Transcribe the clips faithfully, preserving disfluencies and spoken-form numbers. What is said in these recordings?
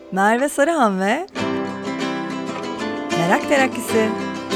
Merve Sarıhan ve Merak Terakkisi.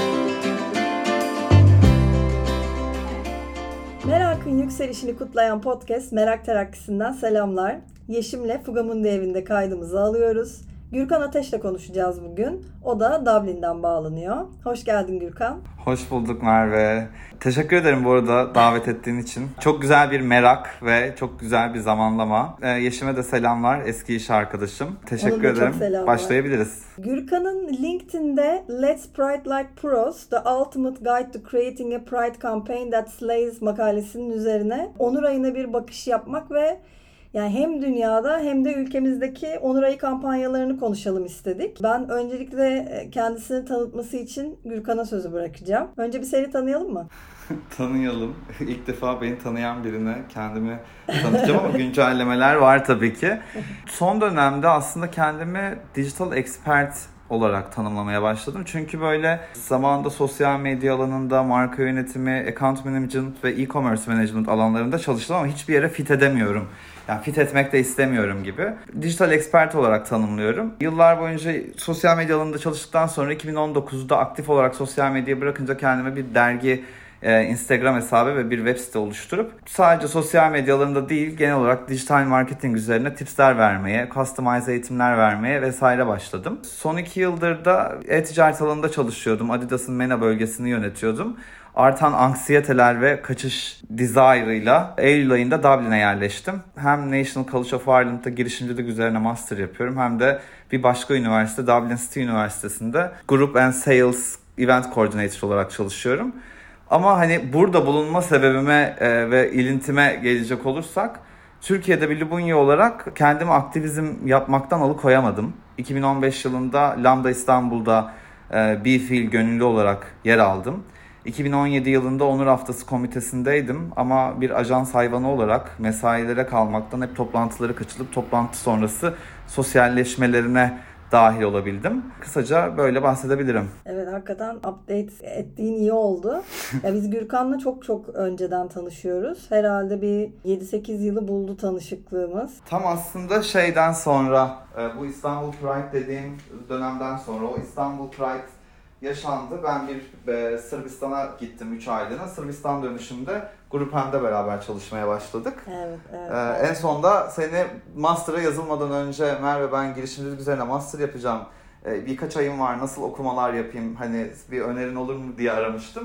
Merakın yükselişini kutlayan podcast Merak Terakkisi'nden selamlar. Yeşim'le Fugamundi evinde kaydımızı alıyoruz. Gürkan Ateş'le konuşacağız bugün. O da Dublin'den bağlanıyor. Hoş geldin Gürkan. Hoş bulduk Merve. Teşekkür ederim bu arada davet ettiğin için. Çok güzel bir merak ve çok güzel bir zamanlama. Ee, Yeşim'e de selamlar, eski iş arkadaşım. Teşekkür ederim. Başlayabiliriz. Gürkan'ın LinkedIn'de Let's Pride Like Pros, The Ultimate Guide to Creating a Pride Campaign That Slays makalesinin üzerine Onur Ayı'na bir bakış yapmak ve yani hem dünyada hem de ülkemizdeki Onur Ayı kampanyalarını konuşalım istedik. Ben öncelikle kendisini tanıtması için Gürkan'a sözü bırakacağım. Önce bir seni tanıyalım mı? Tanıyalım. İlk defa beni tanıyan birine kendimi tanıtacağım ama güncellemeler var tabii ki. Son dönemde aslında kendimi digital expert olarak tanımlamaya başladım. Çünkü böyle zamanında sosyal medya alanında, marka yönetimi, account management ve e-commerce management alanlarında çalıştım ama hiçbir yere fit edemiyorum. Yani fit etmek de istemiyorum gibi. Dijital expert olarak tanımlıyorum. Yıllar boyunca sosyal medya alanında çalıştıktan sonra iki bin on dokuzda aktif olarak sosyal medyayı bırakınca kendime bir dergi, Instagram hesabı ve bir web site oluşturup sadece sosyal medya alanında değil genel olarak dijital marketing üzerine tipsler vermeye, customize eğitimler vermeye vesaire başladım. Son iki yıldır da e-ticaret alanında çalışıyordum. Adidas'ın MENA bölgesini yönetiyordum. Artan anksiyeteler ve kaçış desire'ıyla Eylül ayında Dublin'e yerleştim. Hem National College of Ireland'da girişimcilik üzerine master yapıyorum hem de bir başka üniversite Dublin City Üniversitesi'nde Group and Sales Event Coordinator olarak çalışıyorum. Ama hani burada bulunma sebebime e, ve ilintime gelecek olursak Türkiye'de bir Lubunya olarak kendimi aktivizm yapmaktan alıkoyamadım. iki bin on beş yılında Lambda İstanbul'da e, B-Fil gönüllü olarak yer aldım. iki bin on yedi yılında Onur Haftası komitesindeydim ama bir ajans hayvanı olarak mesailere kalmaktan hep toplantıları kaçılıp toplantı sonrası sosyalleşmelerine dahil olabildim. Kısaca böyle bahsedebilirim. Evet, hakikaten update ettiğin iyi oldu. Ya biz Gürkan'la çok çok önceden tanışıyoruz. Herhalde bir yedi sekiz yılı buldu tanışıklığımız. Tam aslında şeyden sonra bu İstanbul Pride dediğim dönemden sonra o İstanbul Pride yaşandı. Ben bir e, Sırbistan'a gittim üç aylığına. Sırbistan dönüşümde Grup M'de beraber çalışmaya başladık. Evet, evet, ee, evet. En sonda seni master'a yazılmadan önce Merve ben girişimcilik üzerine master yapacağım. Ee, birkaç ayım var nasıl okumalar yapayım hani bir önerin olur mu diye aramıştım.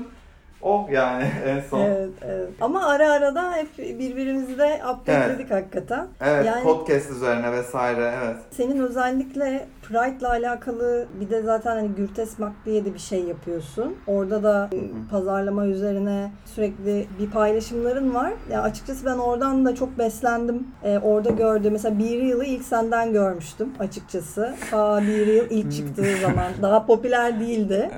O yani en son. Evet, evet. Ama ara ara da hep birbirimizi de updateledik, evet. Hakikaten. Evet, yani, podcast üzerine vesaire, evet. Senin özellikle Pride'la alakalı bir de zaten hani Gürtesmak diye de bir şey yapıyorsun. Orada da hı hı. pazarlama üzerine sürekli bir paylaşımların var. Ya açıkçası ben oradan da çok beslendim. Ee, orada gördüğüm mesela bir yılı ilk senden görmüştüm açıkçası. Aa, bir yıl ilk çıktığı zaman daha popüler değildi.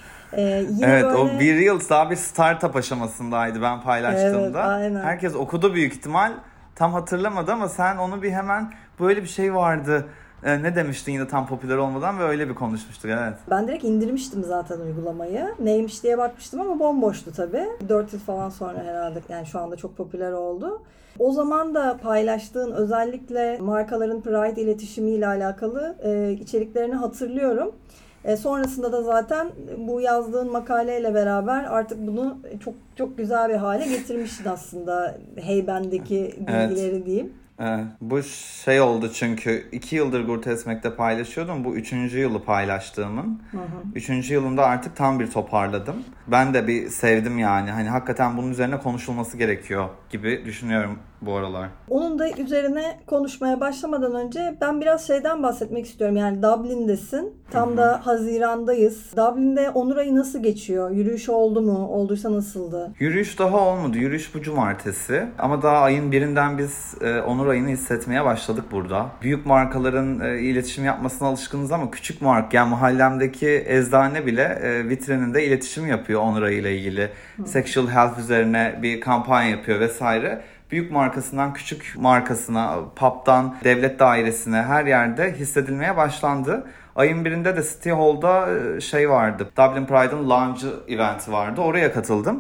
Ee, yine evet böyle... o bir yıl daha bir startup aşamasındaydı ben paylaştığımda. Evet, aynen. Herkes okudu büyük ihtimal. Tam hatırlamadı ama sen onu bir hemen böyle bir şey vardı. Ee, ne demiştin yine tam popüler olmadan ve öyle bir konuşmuştuk, evet. Ben direkt indirmiştim zaten uygulamayı. Neymiş diye bakmıştım ama bomboştu tabii. dört yıl falan sonra herhalde yani şu anda çok popüler oldu. O zaman da paylaştığın özellikle markaların Pride iletişimiyle alakalı e, içeriklerini hatırlıyorum. E, sonrasında da zaten bu yazdığın makaleyle beraber artık bunu çok çok güzel bir hale getirmişsin aslında Heyben'deki bilgileri, evet. Diyeyim. Evet, bu şey oldu çünkü iki yıldır Gurtesmek'te paylaşıyordum. Bu üçüncü yılı paylaştığımın. Hı hı. Üçüncü yılında artık tam bir toparladım. Ben de bir sevdim yani. Hani hakikaten bunun üzerine konuşulması gerekiyor gibi düşünüyorum bu aralar. Onun da üzerine konuşmaya başlamadan önce ben biraz şeyden bahsetmek istiyorum. Yani Dublin'desin. Tam Hı-hı. da Haziran'dayız. Dublin'de Onur Ayı nasıl geçiyor? Yürüyüş oldu mu? Olduysa nasıldı? Yürüyüş daha olmadı. Yürüyüş bu cumartesi. Ama daha ayın birinden biz e, Onur Ayı'nı hissetmeye başladık burada. Büyük markaların e, iletişim yapmasına alışkınız ama küçük marka yani mahallemdeki eczane bile e, vitrininde iletişim yapıyor Onur Ayı ile ilgili. Hı. Sexual health üzerine bir kampanya yapıyor vesaire. Büyük markasından küçük markasına, pub'dan devlet dairesine her yerde hissedilmeye başlandı. Ayın birinde de City Hall'da şey vardı. Dublin Pride'ın launch eventi vardı. Oraya katıldım.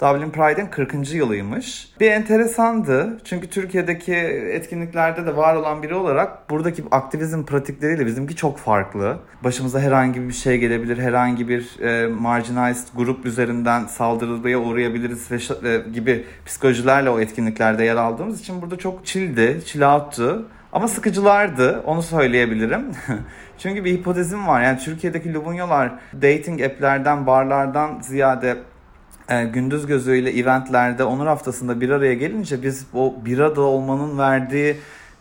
Dublin Pride'in kırkıncı yılıymış. Bir enteresandı. Çünkü Türkiye'deki etkinliklerde de var olan biri olarak buradaki aktivizm pratikleriyle bizimki çok farklı. Başımıza herhangi bir şey gelebilir, herhangi bir e, marginalized grup üzerinden saldırıya uğrayabiliriz ve e, gibi psikolojilerle o etkinliklerde yer aldığımız için burada çok chill'di, chill out'tu. Ama sıkıcılardı, onu söyleyebilirim. Çünkü bir hipotezim var. Yani Türkiye'deki Lubunyalar dating app'lerden, barlardan ziyade e, gündüz gözüyle eventlerde, onur haftasında bir araya gelince biz o bir arada olmanın verdiği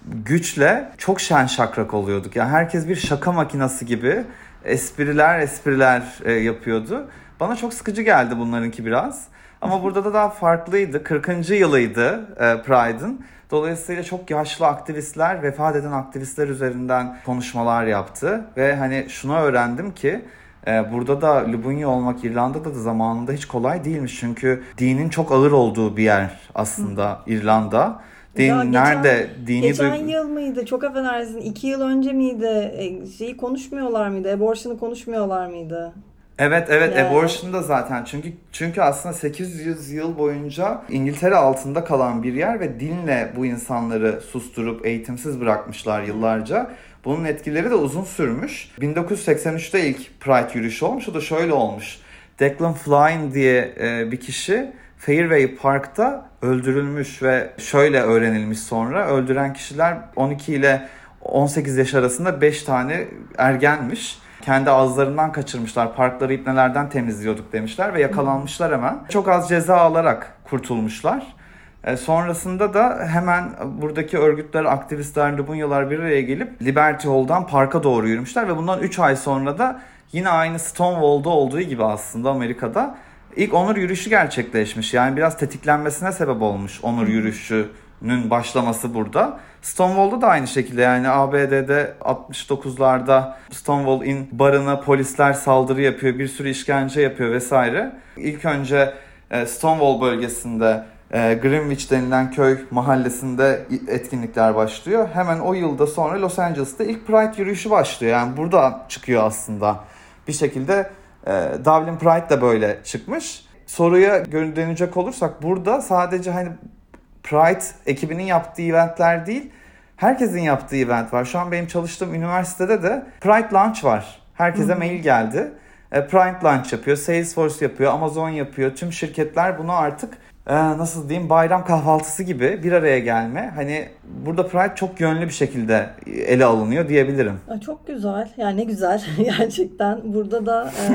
güçle çok şen şakrak oluyorduk. Yani herkes bir şaka makinesi gibi espriler espriler e, yapıyordu. Bana çok sıkıcı geldi bunlarınki biraz. Ama burada da daha farklıydı. kırkıncı yılıydı e, Pride'ın. Dolayısıyla çok yaşlı aktivistler, vefat eden aktivistler üzerinden konuşmalar yaptı. Ve hani şunu öğrendim ki e, burada da Lubunya olmak İrlanda'da da zamanında hiç kolay değilmiş. Çünkü dinin çok ağır olduğu bir yer aslında Hı. İrlanda. Din ya geçen, nerede dini geçen duygu... yıl mıydı? Çok affedersin. iki yıl önce miydi? E, şeyi konuşmuyorlar mıydı? Abortion'ı konuşmuyorlar mıydı? Evet evet yani. Abortion da zaten çünkü çünkü aslında sekiz yüz yıl boyunca İngiltere altında kalan bir yer ve dinle bu insanları susturup eğitimsiz bırakmışlar yıllarca. Bunun etkileri de uzun sürmüş. bin dokuz yüz seksen üçte ilk Pride yürüyüşü olmuş. O da şöyle olmuş. Declan Flynn diye bir kişi Fairway Park'ta öldürülmüş ve şöyle öğrenilmiş sonra. Öldüren kişiler on iki ile on sekiz yaş arasında beş tane ergenmiş. Kendi ağızlarından kaçırmışlar. Parkları ipnelerden temizliyorduk demişler ve yakalanmışlar hemen. Çok az ceza alarak kurtulmuşlar. E, sonrasında da hemen buradaki örgütler, aktivistler, Lubunyalar bir araya gelip Liberty Hall'dan parka doğru yürümüşler ve bundan üç ay sonra da yine aynı Stonewall'da olduğu gibi aslında Amerika'da ilk onur yürüyüşü gerçekleşmiş. Yani biraz tetiklenmesine sebep olmuş onur yürüyüşünün başlaması burada. Stonewall'da da aynı şekilde yani A B D'de altmış dokuzlarda Stonewall Inn barına polisler saldırı yapıyor, bir sürü işkence yapıyor vesaire. İlk önce Stonewall bölgesinde Greenwich denilen köy mahallesinde etkinlikler başlıyor. Hemen o yılda sonra Los Angeles'ta ilk Pride yürüyüşü başlıyor. Yani burada çıkıyor aslında. Bir şekilde Dublin Pride de böyle çıkmış. Soruya dönecek olursak burada sadece hani Pride ekibinin yaptığı eventler değil, herkesin yaptığı event var. Şu an benim çalıştığım üniversitede de Pride Lunch var. Herkese Hı-hı. mail geldi. Pride Lunch yapıyor, Salesforce yapıyor, Amazon yapıyor. Tüm şirketler bunu artık e, nasıl diyeyim bayram kahvaltısı gibi bir araya gelme. Hani burada Pride çok yönlü bir şekilde ele alınıyor diyebilirim. Çok güzel. Yani ne güzel gerçekten. Burada da e,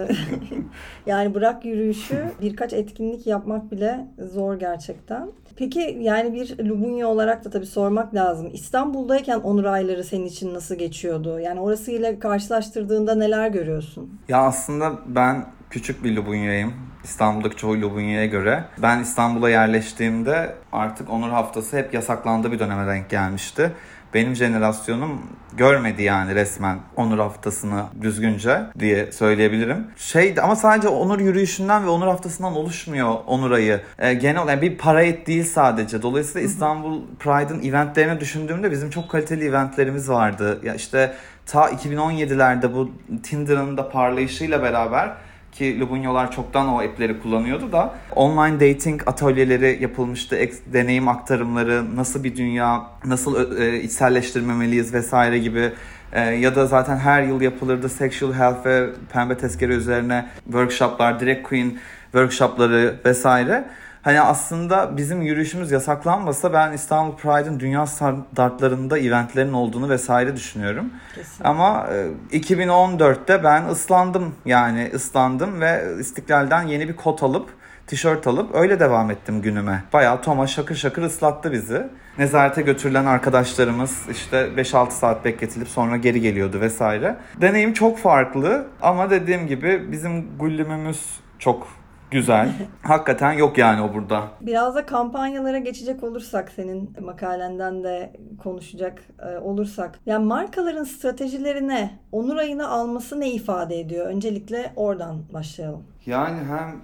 yani bırak yürüyüşü birkaç etkinlik yapmak bile zor gerçekten. Peki yani bir Lubunya olarak da tabii sormak lazım. İstanbul'dayken onur ayları senin için nasıl geçiyordu? Yani orasıyla karşılaştırdığında neler görüyorsun? Ya aslında ben küçük bir Lubunya'yım. İstanbul'daki çoğu Lubunya'ya göre. Ben İstanbul'a yerleştiğimde artık onur haftası hep yasaklandığı bir döneme denk gelmişti. Benim jenerasyonum görmedi yani resmen onur haftasını düzgünce diye söyleyebilirim. Şeydi ama sadece onur yürüyüşünden ve onur haftasından oluşmuyor onur ayı. Ee, genel olarak yani bir parade değil sadece. Dolayısıyla Hı-hı. İstanbul Pride'ın eventlerini düşündüğümde bizim çok kaliteli eventlerimiz vardı. Ya işte ta iki bin on yedilerde bu Tinder'ın da parlayışıyla beraber ki Lubunyalar çoktan o app'leri kullanıyordu da online dating atölyeleri yapılmıştı. Deneyim aktarımları, nasıl bir dünya, nasıl e, içselleştirmemeliyiz vesaire gibi e, ya da zaten her yıl yapılırdı sexual health ve pembe tezkere üzerine workshoplar, drag queen workshopları vesaire. Hani aslında bizim yürüyüşümüz yasaklanmasa ben İstanbul Pride'ın dünya standartlarında eventlerin olduğunu vesaire düşünüyorum. Kesinlikle. Ama iki bin on dörtte ben ıslandım yani ıslandım ve İstiklal'den yeni bir kot alıp tişört alıp öyle devam ettim günüme. Bayağı Toma şakır şakır ıslattı bizi. Nezarete götürülen arkadaşlarımız işte beş altı saat bekletilip sonra geri geliyordu vesaire. Deneyim çok farklı ama dediğim gibi bizim güllümümüz çok güzel. Hakikaten yok yani o burada. Biraz da kampanyalara geçecek olursak senin makalenden de konuşacak e, olursak. Yani markaların stratejilerine onur ayını alması ne ifade ediyor? Öncelikle oradan başlayalım. Yani hem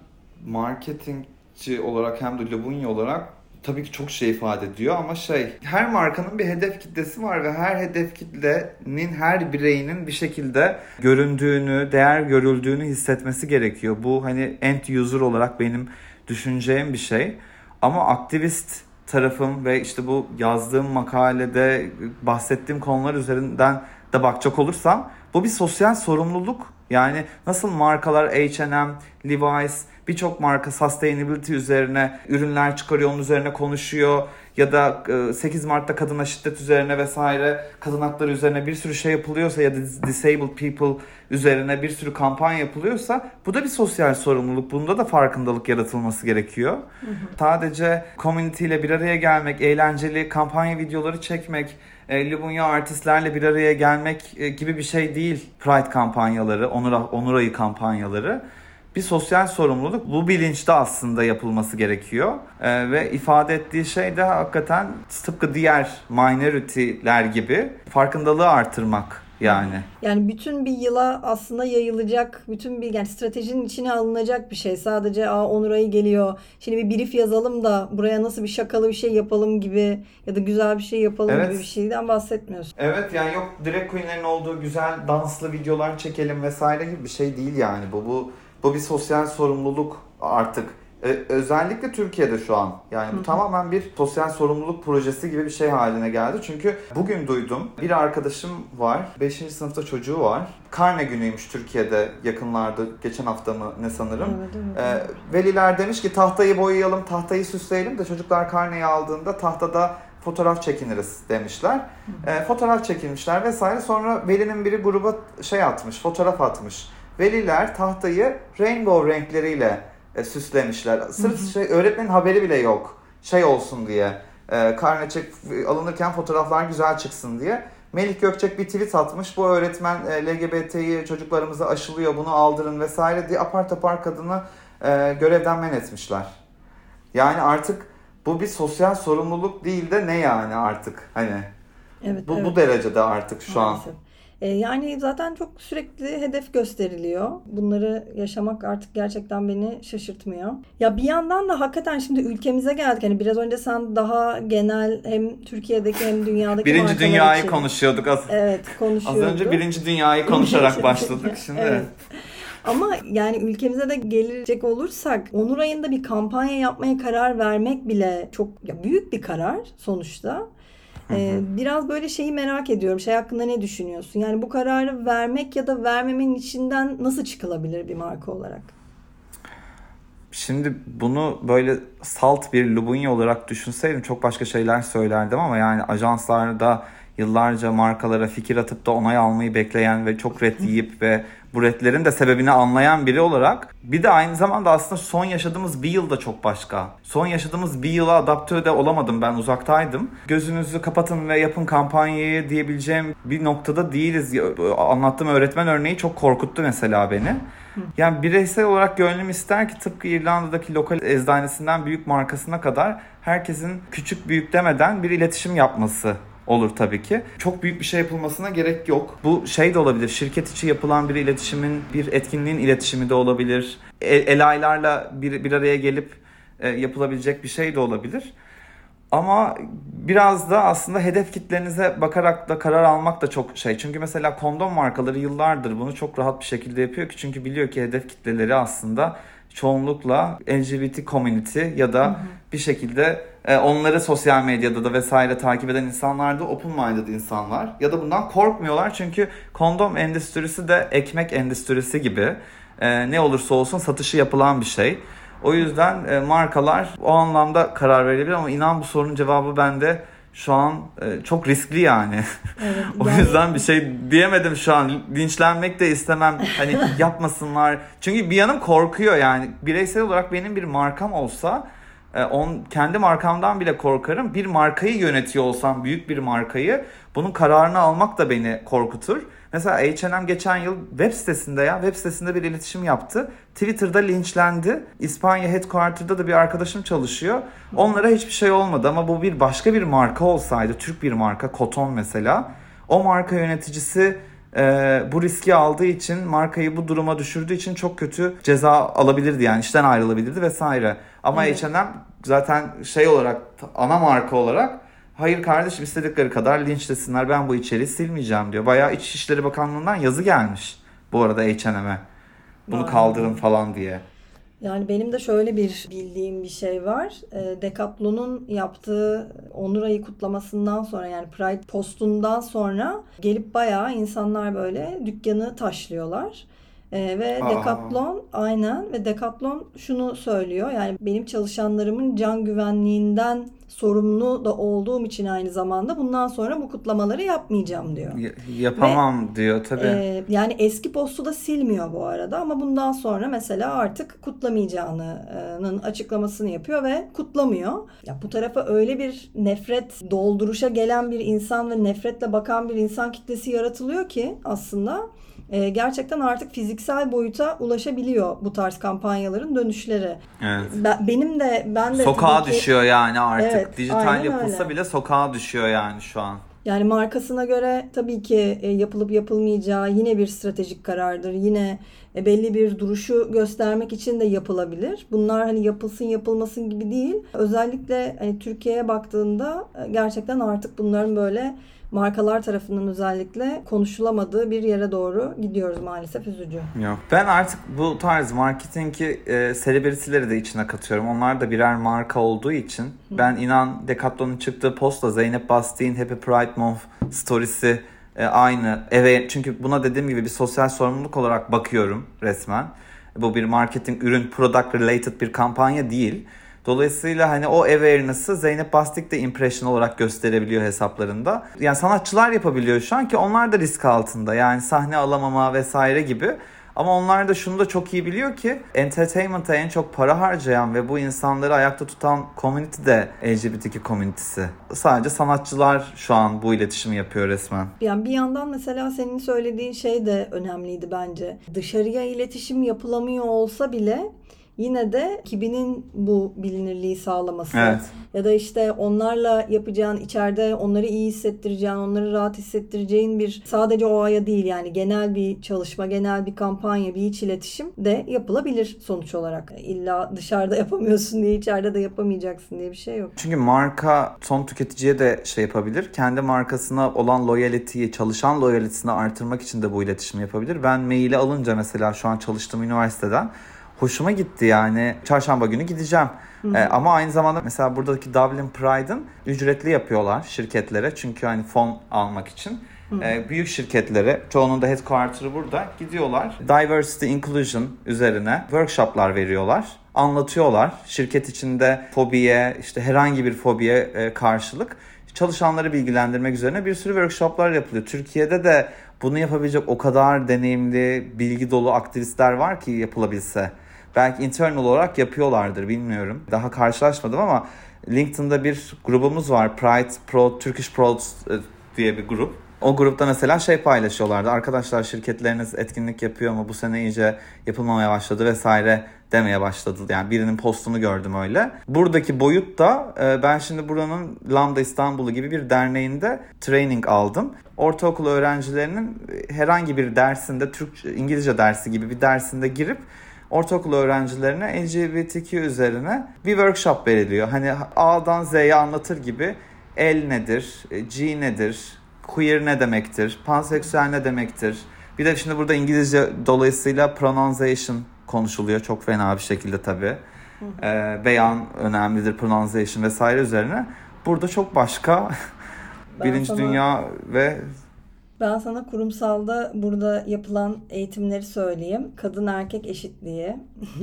marketingçi olarak hem de Lubunya olarak tabii ki çok şey ifade ediyor ama şey her markanın bir hedef kitlesi var ve her hedef kitlenin her bireyinin bir şekilde göründüğünü, değer görüldüğünü hissetmesi gerekiyor. Bu hani end user olarak benim düşüneceğim bir şey. Ama aktivist tarafım ve işte bu yazdığım makalede bahsettiğim konular üzerinden de bakacak olursam bu bir sosyal sorumluluk. Yani nasıl markalar H and M, Levi's, birçok marka sustainability üzerine ürünler çıkarıyor, onun üzerine konuşuyor. Ya da sekiz Mart'ta kadına şiddet üzerine vesaire, kadın hakları üzerine bir sürü şey yapılıyorsa ya da disabled people üzerine bir sürü kampanya yapılıyorsa bu da bir sosyal sorumluluk. Bunda da farkındalık yaratılması gerekiyor. Hı hı. Sadece community ile bir araya gelmek, eğlenceli kampanya videoları çekmek, Lubunya artistlerle bir araya gelmek gibi bir şey değil. Pride kampanyaları, Onur, Onur Ayı kampanyaları. Bir sosyal sorumluluk. Bu bilinçte aslında yapılması gerekiyor. Ee, ve ifade ettiği şey de hakikaten tıpkı diğer minority'ler gibi farkındalığı artırmak yani. Yani bütün bir yıla aslında yayılacak, bütün bir yani stratejinin içine alınacak bir şey. Sadece Aa, Onur Ayı geliyor, şimdi bir brief yazalım da buraya nasıl bir şakalı bir şey yapalım gibi ya da güzel bir şey yapalım evet. gibi bir şeyden bahsetmiyorsun. Evet yani yok drag queenlerin olduğu güzel danslı videolar çekelim vesaire gibi bir şey değil yani. Bu bu Bu bir sosyal sorumluluk artık. Ee, özellikle Türkiye'de şu an. Yani bu Hı-hı. tamamen bir sosyal sorumluluk projesi gibi bir şey haline geldi. Çünkü bugün duydum. Bir arkadaşım var. beşinci sınıfta çocuğu var. Karne günüymüş Türkiye'de yakınlarda. Geçen hafta mı ne sanırım. Evet, evet. Ee, veliler demiş ki tahtayı boyayalım, tahtayı süsleyelim de çocuklar karneyi aldığında tahtada fotoğraf çekiniriz demişler. Ee, fotoğraf çekilmişler vesaire. Sonra velinin biri gruba şey atmış, fotoğraf atmış. Veliler tahtayı rainbow renkleriyle e, süslemişler. Sırf şey, öğretmenin haberi bile yok. Şey olsun diye. E, karne çek alınırken fotoğraflar güzel çıksın diye. Melih Gökçek bir tweet atmış. Bu öğretmen e, L G B T'yi çocuklarımıza aşılıyor, bunu aldırın vesaire diye apar topar kadını e, görevden men etmişler. Yani artık bu bir sosyal sorumluluk değil de ne yani artık hani. Evet, bu, evet. bu derecede artık şu Maalesef. an. Yani zaten çok sürekli hedef gösteriliyor. Bunları yaşamak artık gerçekten beni şaşırtmıyor. Ya bir yandan da hakikaten şimdi ülkemize geldik. Hani biraz önce sen daha genel hem Türkiye'deki hem dünyadaki Birinci dünyayı için konuşuyorduk az. Evet, konuşuyorduk. Az önce birinci dünyayı konuşarak başladık şimdi. Evet. Ama yani ülkemize de gelecek olursak Onur Ayı'nda bir kampanya yapmaya karar vermek bile çok ya büyük bir karar sonuçta. Ee, biraz böyle şeyi merak ediyorum. Şey hakkında ne düşünüyorsun? Yani bu kararı vermek ya da vermemenin içinden nasıl çıkılabilir bir marka olarak? Şimdi bunu böyle salt bir Lubunya olarak düşünseydim çok başka şeyler söylerdim ama yani ajanslarda yıllarca markalara fikir atıp da onay almayı bekleyen ve çok ret yiyip ve bu retlerin de sebebini anlayan biri olarak bir de aynı zamanda aslında son yaşadığımız bir yıl da çok başka. Son yaşadığımız bir yıla adapte de olamadım, ben uzaktaydım. Gözünüzü kapatın ve yapın kampanyayı diyebileceğim bir noktada değiliz. Anlattığım öğretmen örneği çok korkuttu mesela beni. Yani bireysel olarak gönlüm ister ki tıpkı İrlanda'daki lokal eczanesinden büyük markasına kadar herkesin küçük büyük demeden bir iletişim yapması olur tabii ki. Çok büyük bir şey yapılmasına gerek yok. Bu şey de olabilir. Şirket içi yapılan bir iletişimin, bir etkinliğin iletişimi de olabilir. El, el aylarla bir, bir araya gelip e, yapılabilecek bir şey de olabilir. Ama biraz da aslında hedef kitlenize bakarak da karar almak da çok şey. Çünkü mesela kondom markaları yıllardır bunu çok rahat bir şekilde yapıyor ki çünkü biliyor ki hedef kitleleri aslında çoğunlukla L G B T community ya da hı hı. bir şekilde e, onları sosyal medyada da vesaire takip eden insanlar da open minded insanlar ya da bundan korkmuyorlar çünkü kondom endüstrisi de ekmek endüstrisi gibi e, ne olursa olsun satışı yapılan bir şey. O yüzden e, markalar o anlamda karar verebilir ama inan bu sorunun cevabı bende şu an e, çok riskli yani. Evet, o yani... yüzden bir şey diyemedim şu an. Linçlenmek de istemem. Hani yapmasınlar. Çünkü bir yanım korkuyor yani. Bireysel olarak benim bir markam olsa e, on, kendi markamdan bile korkarım. Bir markayı yönetiyor olsam, büyük bir markayı, bunun kararını almak da beni korkutur. Mesela H and M geçen yıl web sitesinde ya web sitesinde bir iletişim yaptı. Twitter'da linçlendi. İspanya headquarter'da da bir arkadaşım çalışıyor. Onlara hiçbir şey olmadı ama bu bir başka bir marka olsaydı, Türk bir marka, Koton mesela. O marka yöneticisi e, bu riski aldığı için, markayı bu duruma düşürdüğü için çok kötü ceza alabilirdi yani işten ayrılabilirdi vesaire. Ama evet. H and M zaten şey olarak, ana marka olarak hayır kardeşim istedikleri kadar linçlesinler, ben bu içeriği silmeyeceğim diyor. Bayağı İçişleri Bakanlığı'ndan yazı gelmiş bu arada H and M'e. Bunu Aynen. kaldırın falan diye. Yani benim de şöyle bir bildiğim bir şey var. E, Decathlon'un yaptığı Onur Ayı kutlamasından sonra, yani Pride postundan sonra gelip bayağı insanlar böyle dükkanı taşlıyorlar. E, ve Aa. Decathlon aynen ve Decathlon şunu söylüyor. Yani benim çalışanlarımın can güvenliğinden sorumlu da olduğum için aynı zamanda bundan sonra bu kutlamaları yapmayacağım diyor. Y- yapamam ve, diyor tabii. E, yani eski postu da silmiyor bu arada ama bundan sonra mesela artık kutlamayacağının açıklamasını yapıyor ve kutlamıyor. Ya bu tarafa öyle bir nefret dolduruşa gelen bir insan ve nefretle bakan bir insan kitlesi yaratılıyor ki aslında e, gerçekten artık fiziksel boyuta ulaşabiliyor bu tarz kampanyaların dönüşleri. Evet. Ben, benim de ben de sokağa tabii ki, düşüyor yani artık. Evet, Dijital yapılsa öyle. bile sokağa düşüyor yani şu an. Yani markasına göre tabii ki yapılıp yapılmayacağı yine bir stratejik karardır. Yine belli bir duruşu göstermek için de yapılabilir. Bunlar hani yapılsın yapılmasın gibi değil. Özellikle hani Türkiye'ye baktığında gerçekten artık bunların böyle markalar tarafından özellikle konuşulamadığı bir yere doğru gidiyoruz maalesef, üzücü. Yok. Ben artık bu tarz marketingi e, selebritileri de içine katıyorum. Onlar da birer marka olduğu için. Hı. Ben inan Decathlon'un çıktığı postla Zeynep Bastik'in Happy Pride Month storiesi e, aynı. Evet, çünkü buna dediğim gibi bir sosyal sorumluluk olarak bakıyorum resmen. Bu bir marketing, ürün, product related bir kampanya değil. Dolayısıyla hani o awareness'ı Zeynep Bastik de impression olarak gösterebiliyor hesaplarında. Yani sanatçılar yapabiliyor şu an ki onlar da risk altında. Yani sahne alamama vesaire gibi. Ama onlar da şunu da çok iyi biliyor ki entertainment'a en çok para harcayan ve bu insanları ayakta tutan community de L G B T Q community'si. Sadece sanatçılar şu an bu iletişimi yapıyor resmen. Yani bir yandan mesela senin söylediğin şey de önemliydi bence. Dışarıya iletişim yapılamıyor olsa bile yine de ekibinin bu bilinirliği sağlaması, evet. ya da işte onlarla yapacağın, içeride onları iyi hissettireceğin, onları rahat hissettireceğin bir sadece o aya değil, yani genel bir çalışma, genel bir kampanya, bir iç iletişim de yapılabilir sonuç olarak. İlla dışarıda yapamıyorsun diye içeride de yapamayacaksın diye bir şey yok. Çünkü marka son tüketiciye de şey yapabilir. Kendi markasına olan loyalty'yi, çalışan loyalty'sini artırmak için de bu iletişimi yapabilir. Ben maili alınca mesela şu an çalıştığım üniversiteden hoşuma gitti yani. Çarşamba günü gideceğim. Ee, ama aynı zamanda mesela buradaki Dublin Pride'ın ücretli yapıyorlar şirketlere. Çünkü hani fon almak için. Ee, büyük şirketlere, çoğunun da headquarter'ı burada, gidiyorlar. Diversity Inclusion üzerine workshoplar veriyorlar. Anlatıyorlar. Şirket içinde fobiye, işte herhangi bir fobiye e, karşılık çalışanları bilgilendirmek üzerine bir sürü workshoplar yapılıyor. Türkiye'de de bunu yapabilecek o kadar deneyimli, bilgi dolu aktivistler var ki yapılabilse. Belki internal olarak yapıyorlardır, bilmiyorum. Daha karşılaşmadım ama LinkedIn'da bir grubumuz var. Pride Pro, Turkish Pros diye bir grup. O grupta mesela şey paylaşıyorlardı. Arkadaşlar şirketleriniz etkinlik yapıyor mu? Bu sene iyice yapılmamaya başladı vesaire demeye başladı. Yani birinin postunu gördüm öyle. Buradaki boyut da ben şimdi buranın Lambda İstanbul'u gibi bir derneğinde training aldım. Ortaokul öğrencilerinin herhangi bir dersinde, Türkçe, İngilizce dersi gibi bir dersinde girip ortaokul öğrencilerine L G B T Q üzerine bir workshop veriliyor. Hani A'dan Z'ye anlatır gibi L nedir, G nedir, queer ne demektir, panseksüel ne demektir. Bir de şimdi burada İngilizce dolayısıyla pronunciation konuşuluyor çok fena bir şekilde tabii. Ee, beyan önemlidir, pronunciation vesaire üzerine. Burada çok başka birinci sana... dünya ve Ben sana kurumsalda burada yapılan eğitimleri söyleyeyim. Kadın erkek eşitliği.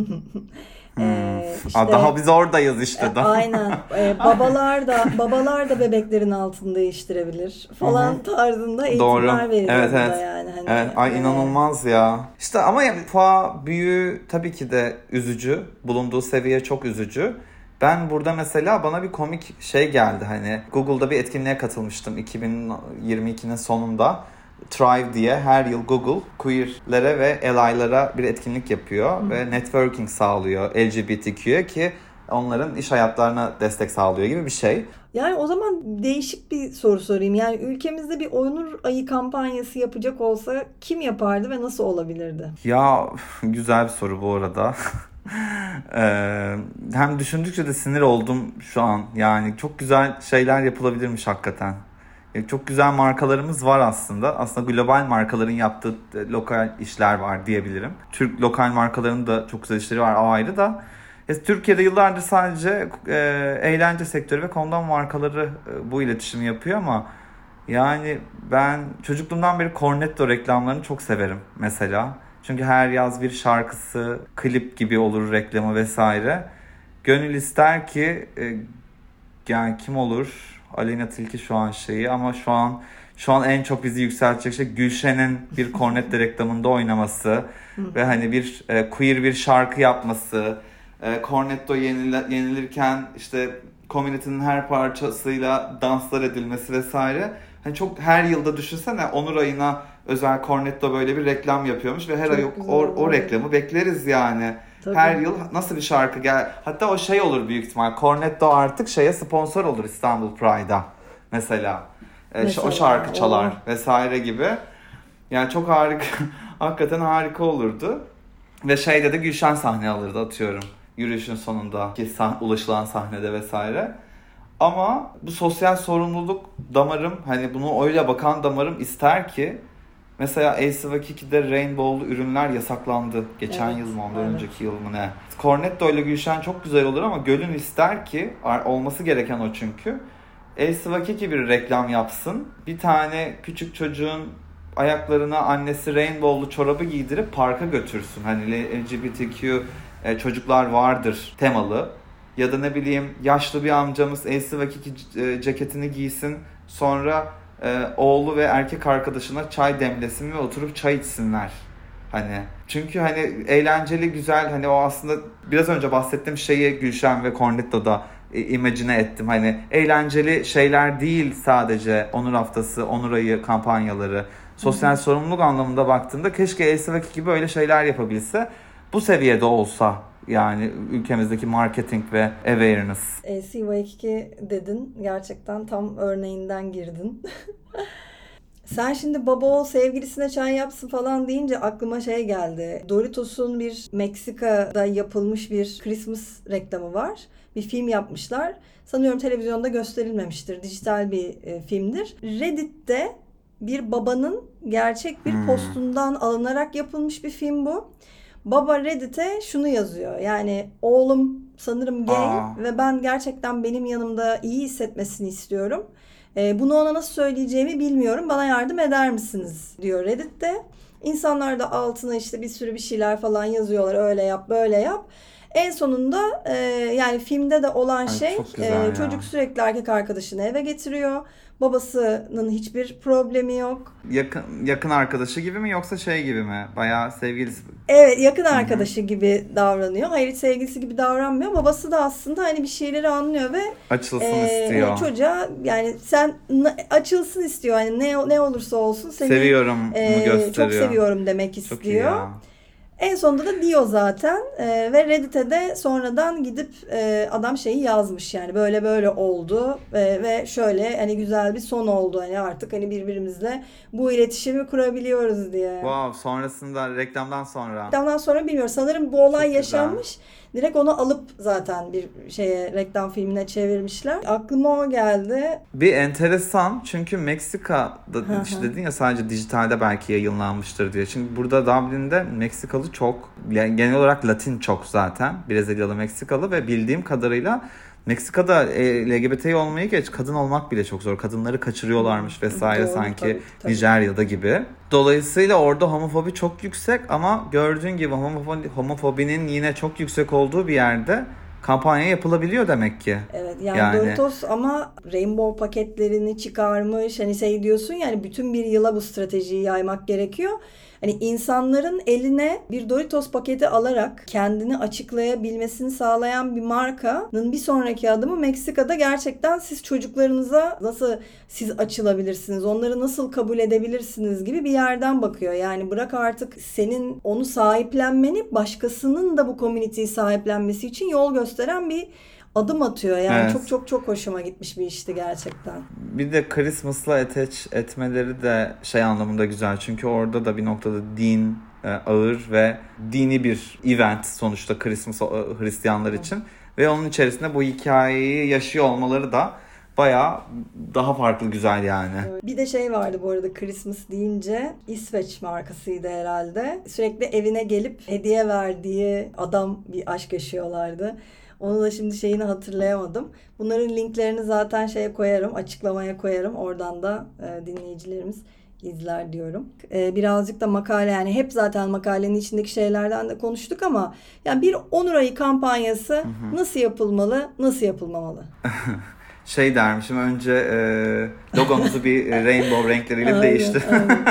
Hmm. ee, işte, Aa, daha biz oradayız işte. E, aynen. Ee, babalar da babalar da bebeklerin altını değiştirebilir falan Hı-hı. tarzında eğitimler Doğru. veriliyor evet, burada evet. yani. Hani, evet. Ay e... inanılmaz ya. İşte ama fa büyüğü tabii ki de üzücü. Bulunduğu seviye çok üzücü. Ben burada mesela bana bir komik şey geldi, hani Google'da bir etkinliğe katılmıştım iki bin yirmi ikinin sonunda. Thrive diye her yıl Google queerlere ve ally'lara bir etkinlik yapıyor Hı. ve networking sağlıyor L G B T Q'ye ki onların iş hayatlarına destek sağlıyor gibi bir şey. Yani o zaman değişik bir soru sorayım. Yani ülkemizde bir Onur Ayı kampanyası yapacak olsa kim yapardı ve nasıl olabilirdi? Ya güzel bir soru bu arada. ee, hem düşündükçe de sinir oldum şu an. Yani çok güzel şeyler yapılabilirmiş hakikaten. E, çok güzel markalarımız var aslında. Aslında global markaların yaptığı e, lokal işler var diyebilirim. Türk lokal markalarının da çok güzel işleri var, o ayrı da. E, Türkiye'de yıllardır sadece e, eğlence sektörü ve kondom markaları e, bu iletişimi yapıyor ama yani ben çocukluğumdan beri Cornetto reklamlarını çok severim mesela. Çünkü her yaz bir şarkısı, klip gibi olur reklamı vesaire. Gönül ister ki e, yani kim olur? Aleyna Tilki şu an şeyi ama şu an şu an en çok bizi yükseltecek şey Gülşen'in bir Cornetto reklamında oynaması ve hani bir e, queer bir şarkı yapması. E, Cornetto yenil, yenilirken işte community'nin her parçasıyla danslar edilmesi vesaire. Hani çok her yılda düşünsene Onur ayına özel Cornetto böyle bir reklam yapıyormuş ve her Çok ay o, o, o reklamı bekleriz yani. Tabii. Her yıl nasıl bir şarkı gel. Hatta o şey olur büyük ihtimal. Cornetto artık şeye sponsor olur İstanbul Pride'a mesela. Ee, Mesela, o şarkı çalar o. vesaire gibi. Yani çok harika. Hakikaten harika olurdu. Ve şeyde de Gülşen sahne alırdı atıyorum. Yürüyüşün sonunda ki sah- ulaşılan sahnede vesaire. Ama bu sosyal sorumluluk damarım, hani bunu öyle bakan damarım ister ki mesela Ace Vakiki'de Rainbow'lu ürünler yasaklandı. Geçen Evet, yıl mı ondan evet. önceki yıl mı ne? Cornetto ile Gülşen çok güzel olur ama Gönül ister ki, olması gereken o çünkü. Ace Vakiki bir reklam yapsın. Bir tane küçük çocuğun ayaklarına annesi Rainbow'lu çorabı giydirip parka götürsün. Hani L G B T Q e, çocuklar vardır temalı. Ya da ne bileyim yaşlı bir amcamız Ace Vakiki e, ceketini giysin. Sonra e, oğlu ve erkek arkadaşına çay demlesin ve oturup çay içsinler. Hani çünkü hani eğlenceli, güzel, hani o aslında biraz önce bahsettiğim şeyi Gülşen ve Cornetto'da e, imagine ettim. Hani eğlenceli şeyler değil sadece Onur Haftası, Onur Ayı kampanyaları. Sosyal Hı-hı. sorumluluk anlamında baktığımda keşke Ace Vakiki gibi öyle şeyler yapabilse. Bu seviyede olsa yani ülkemizdeki marketing ve awareness. Ace Vakiki dedin. Gerçekten tam örneğinden girdin. Sen şimdi baba oğul sevgilisine çay yapsın falan deyince aklıma şey geldi. Doritos'un bir Meksika'da yapılmış bir Christmas reklamı var. Bir film yapmışlar. Sanıyorum televizyonda gösterilmemiştir. Dijital bir e, filmdir. Reddit'te bir babanın gerçek bir hmm. postundan alınarak yapılmış bir film bu. Baba Reddit'e şunu yazıyor. Yani oğlum sanırım gay Aa. ve ben gerçekten benim yanımda iyi hissetmesini istiyorum. E, bunu ona nasıl söyleyeceğimi bilmiyorum. Bana yardım eder misiniz? Diyor Reddit'te. İnsanlar da altına işte bir sürü bir şeyler falan yazıyorlar. Öyle yap, böyle yap. En sonunda e, yani filmde de olan Ay, şey e, çocuk sürekli erkek arkadaşını eve getiriyor. Babasının hiçbir problemi yok. Yakın yakın arkadaşı gibi mi yoksa şey gibi mi? Bayağı sevgilisi. Evet, yakın arkadaşı Hı-hı. gibi davranıyor. Hayır, sevgilisi gibi davranmıyor. Babası da aslında hani bir şeyleri anlıyor ve açılsın e, istiyor. Çocuğa yani sen açılsın istiyor. Hani ne ne olursa olsun seni seviyorum e, gösteriyor. Çok seviyorum demek istiyor. En sonunda da diyor zaten e, ve Reddit'e de sonradan gidip e, adam şeyi yazmış yani böyle böyle oldu e, ve şöyle hani güzel bir son oldu hani artık hani birbirimizle bu iletişimi kurabiliyoruz diye. Wow, sonrasında reklamdan sonra. Reklamdan sonra bilmiyorum, sanırım bu olay Çok yaşanmış. Güzel. Direkt onu alıp zaten bir şeye reklam filmine çevirmişler. Aklıma o geldi. Bir enteresan çünkü Meksika'da işte dedin ya sadece dijitalde belki yayınlanmıştır diye. Şimdi burada Dublin'de Meksikalı çok, yani genel olarak Latin çok zaten. Brezilyalı, Meksikalı ve bildiğim kadarıyla Meksika'da e, L G B T olmayı geç, kadın olmak bile çok zor. Kadınları kaçırıyorlarmış vesaire Doğru, sanki tabii, tabii. Nijerya'da gibi. Dolayısıyla orada homofobi çok yüksek ama gördüğün gibi homofobi, homofobinin yine çok yüksek olduğu bir yerde kampanya yapılabiliyor demek ki. Evet yani, yani Doritos ama Rainbow paketlerini çıkarmış. Hani şey diyorsun yani bütün bir yıla bu stratejiyi yaymak gerekiyor. Hani insanların eline bir Doritos paketi alarak kendini açıklayabilmesini sağlayan bir markanın bir sonraki adımı Meksika'da gerçekten siz çocuklarınıza nasıl siz açılabilirsiniz, onları nasıl kabul edebilirsiniz gibi bir yerden bakıyor. Yani bırak artık senin onu sahiplenmeni, başkasının da bu komüniteyi sahiplenmesi için yol gösteren bir adım atıyor. Yani evet. çok çok çok hoşuma gitmiş bir işti gerçekten. Bir de Christmas'la attach etmeleri de şey anlamında güzel. Çünkü orada da bir noktada din e, ağır ve dini bir event sonuçta Christmas Hristiyanlar için. Ve onun içerisinde bu hikayeyi yaşıyor olmaları da bayağı daha farklı güzel yani. Evet. Bir de şey vardı bu arada, Christmas deyince İsveç markasıydı herhalde. Sürekli evine gelip hediye verdiği adam bir aşk yaşıyorlardı. Onu da şimdi şeyini hatırlayamadım. Bunların linklerini zaten şeye koyarım, açıklamaya koyarım. Oradan da e, dinleyicilerimiz izler diyorum. E, birazcık da makale, yani hep zaten makalenin içindeki şeylerden de konuştuk ama yani bir Onur Ayı kampanyası hı hı. nasıl yapılmalı, nasıl yapılmamalı? Şey dermişim önce e, logonuzu bir rainbow renkleriyle aynen, değiştir. Aynen.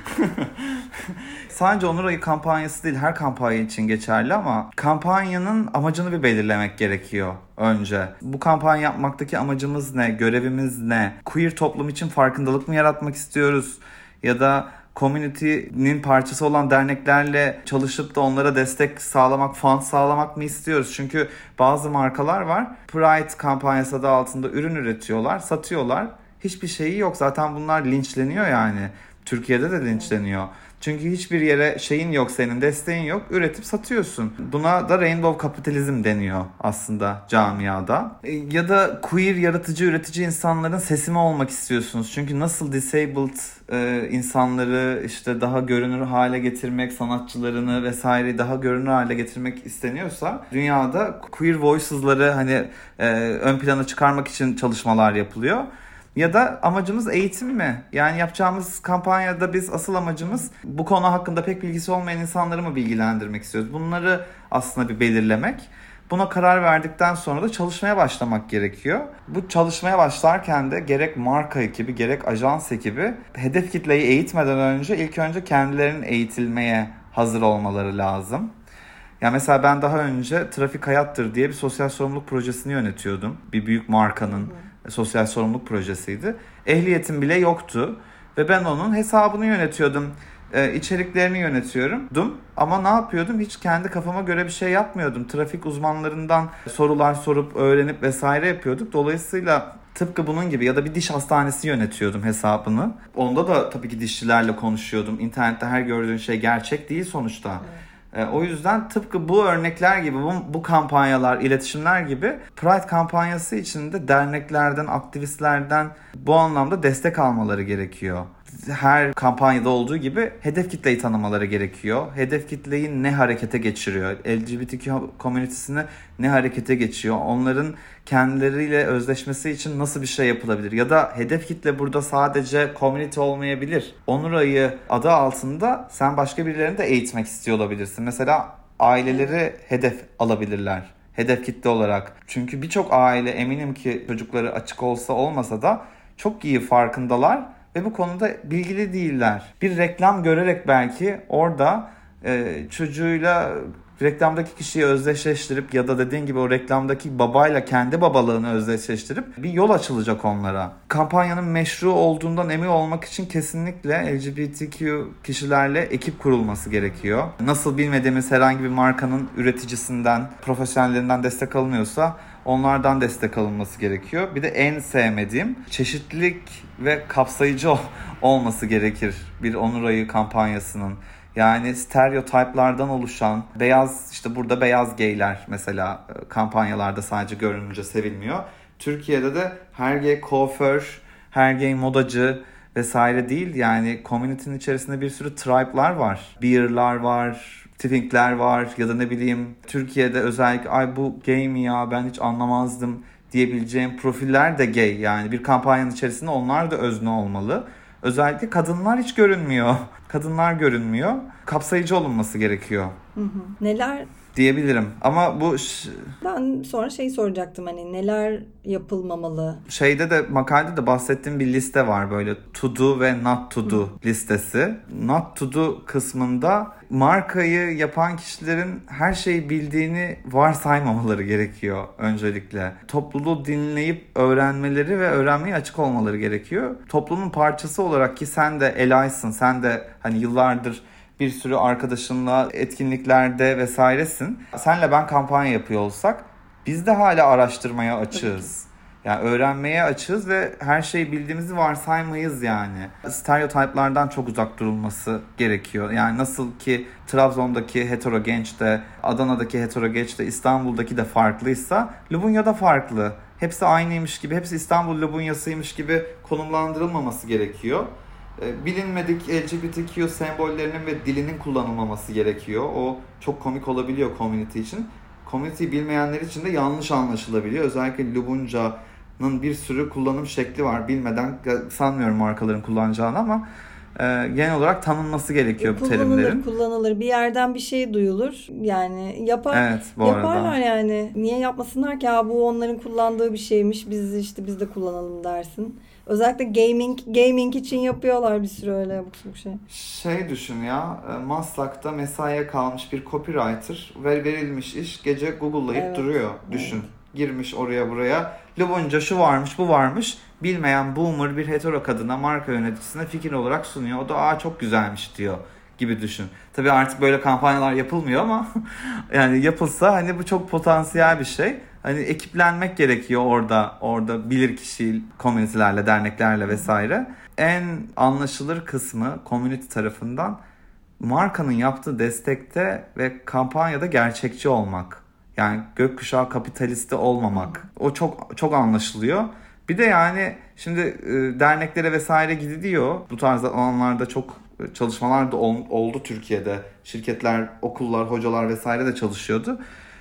Sadece Onur Ayı kampanyası değil, her kampanya için geçerli ama kampanyanın amacını bir belirlemek gerekiyor önce. Bu kampanya yapmaktaki amacımız ne? Görevimiz ne? Queer toplum için farkındalık mı yaratmak istiyoruz? Ya da community'nin parçası olan derneklerle çalışıp da onlara destek sağlamak, fund sağlamak mı istiyoruz? Çünkü bazı markalar var. Pride kampanyası adı altında ürün üretiyorlar, satıyorlar. Hiçbir şeyi yok. Zaten bunlar linçleniyor yani. Türkiye'de de linçleniyor. Çünkü hiçbir yere şeyin yok, senin desteğin yok. Üretip satıyorsun. Buna da rainbow kapitalizm deniyor aslında camiada. Ya da queer yaratıcı, üretici insanların sesi mi olmak istiyorsunuz? Çünkü nasıl disabled e, insanları işte daha görünür hale getirmek, sanatçılarını vesaire daha görünür hale getirmek isteniyorsa dünyada queer voices'ları hani e, ön plana çıkarmak için çalışmalar yapılıyor. Ya da amacımız eğitim mi? Yani yapacağımız kampanyada biz asıl amacımız bu konu hakkında pek bilgisi olmayan insanları mı bilgilendirmek istiyoruz? Bunları aslında bir belirlemek. Buna karar verdikten sonra da çalışmaya başlamak gerekiyor. Bu çalışmaya başlarken de gerek marka ekibi gerek ajans ekibi hedef kitleyi eğitmeden önce ilk önce kendilerinin eğitilmeye hazır olmaları lazım. Ya mesela ben daha önce Trafik Hayattır diye bir sosyal sorumluluk projesini yönetiyordum. Bir büyük markanın sosyal sorumluluk projesiydi. Ehliyetim bile yoktu ve ben onun hesabını yönetiyordum. Ee, içeriklerini yönetiyordum. Ama ne yapıyordum? Hiç kendi kafama göre bir şey yapmıyordum. Trafik uzmanlarından sorular sorup öğrenip vesaire yapıyorduk. Dolayısıyla tıpkı bunun gibi ya da bir diş hastanesi yönetiyordum hesabını. Onda da tabii ki dişçilerle konuşuyordum. İnternette her gördüğün şey gerçek değil sonuçta. Evet. O yüzden tıpkı bu örnekler gibi, bu, bu kampanyalar, iletişimler gibi Pride kampanyası içinde derneklerden, aktivistlerden bu anlamda destek almaları gerekiyor. Her kampanyada olduğu gibi hedef kitleyi tanımaları gerekiyor. Hedef kitleyi ne harekete geçiriyor? L G B T Q komünitesini ne harekete geçiyor? Onların kendileriyle özleşmesi için nasıl bir şey yapılabilir? Ya da hedef kitle burada sadece community olmayabilir. Onur Ayı adı altında sen başka birilerini de eğitmek istiyor olabilirsin. Mesela aileleri hedef alabilirler. Hedef kitle olarak. Çünkü birçok aile eminim ki çocukları açık olsa olmasa da çok iyi farkındalar. Ve bu konuda bilgili değiller. Bir reklam görerek belki orada e, çocuğuyla reklamdaki kişiyi özdeşleştirip ya da dediğin gibi o reklamdaki babayla kendi babalığını özdeşleştirip bir yol açılacak onlara. Kampanyanın meşru olduğundan emin olmak için kesinlikle L G B T Q kişilerle ekip kurulması gerekiyor. Nasıl bilmediğimiz herhangi bir markanın üreticisinden, profesyonellerinden destek alınıyorsa onlardan destek alınması gerekiyor. Bir de en sevmediğim çeşitlilik ve kapsayıcı olması gerekir bir Onur Ayı kampanyasının. Yani stereotiplardan oluşan beyaz, işte burada beyaz gayler mesela kampanyalarda sadece görününce sevilmiyor. Türkiye'de de her gay kuaför, her gay modacı vesaire değil. Yani community'nin içerisinde bir sürü tribe'lar var. Beer'lar var, tippingler var ya da ne bileyim Türkiye'de özellikle ay bu gay mi ya ben hiç anlamazdım diyebileceğim profiller de gay. Yani bir kampanyanın içerisinde onlar da özne olmalı. Özellikle kadınlar hiç görünmüyor. Kadınlar görünmüyor. Kapsayıcı olunması gerekiyor. Hı hı. Neler diyebilirim. Ama bu ş- ben sonra şey soracaktım, hani neler yapılmamalı? Şeyde de makalede de bahsettiğim bir liste var, böyle to do ve not to do Hı. listesi. Not to do kısmında markayı yapan kişilerin her şeyi bildiğini varsaymamaları gerekiyor öncelikle. Topluluğu dinleyip öğrenmeleri ve öğrenmeye açık olmaları gerekiyor. Toplumun parçası olarak, ki sen de Ela'ysın, sen de hani yıllardır bir sürü arkadaşınla etkinliklerde vesairesin. Senle ben kampanya yapıyor olsak biz de hala araştırmaya açığız. Yani öğrenmeye açığız ve her şeyi bildiğimizi varsaymayız yani. Stereotiplardan çok uzak durulması gerekiyor. Yani nasıl ki Trabzon'daki heterogenç de, Adana'daki heterogenç de, İstanbul'daki de farklıysa Lubunya'da farklı. hepsi aynıymış gibi, hepsi İstanbul Lubunyasıymış gibi konumlandırılmaması gerekiyor. Bilinmedik L G B T Q sembollerinin ve dilinin kullanılmaması gerekiyor. O çok komik olabiliyor community için. Community'yi bilmeyenler için de yanlış anlaşılabiliyor. Özellikle Lubunca'nın bir sürü kullanım şekli var. Bilmeden sanmıyorum markaların kullanacağını ama e, genel olarak tanınması gerekiyor e, bu terimlerin. Kullanılır. Bir yerden bir şey duyulur. Yani yapar, evet, bu yaparlar arada. yani. Niye yapmasınlar ki? Ha, bu onların kullandığı bir şeymiş. Biz işte biz de kullanalım dersin. Özellikle gaming gaming için yapıyorlar bir sürü öyle abuk sabuk şey. Şey düşün ya, Maslak'ta mesaiye kalmış bir copywriter ve verilmiş iş gece Google'layıp evet. duruyor. Düşün. Evet. Girmiş oraya buraya. Lubunca şu varmış bu varmış. Bilmeyen boomer bir hetero kadına marka yöneticisine fikir olarak sunuyor. O da aa çok güzelmiş diyor gibi düşün. Tabii artık böyle kampanyalar yapılmıyor ama yani yapılsa hani bu çok potansiyel bir şey. Hani ekiplenmek gerekiyor orada, orada bilirkişi komünitelerle, derneklerle vesaire. En anlaşılır kısmı community tarafından markanın yaptığı destekte ve kampanyada gerçekçi olmak. Yani gökkuşağı kapitalisti olmamak. O çok çok anlaşılıyor. Bir de yani şimdi e, derneklere vesaire gidiliyor. Bu tarz alanlarda çok çalışmalar da ol, oldu Türkiye'de. Şirketler, okullar, hocalar vesaire de çalışıyordu.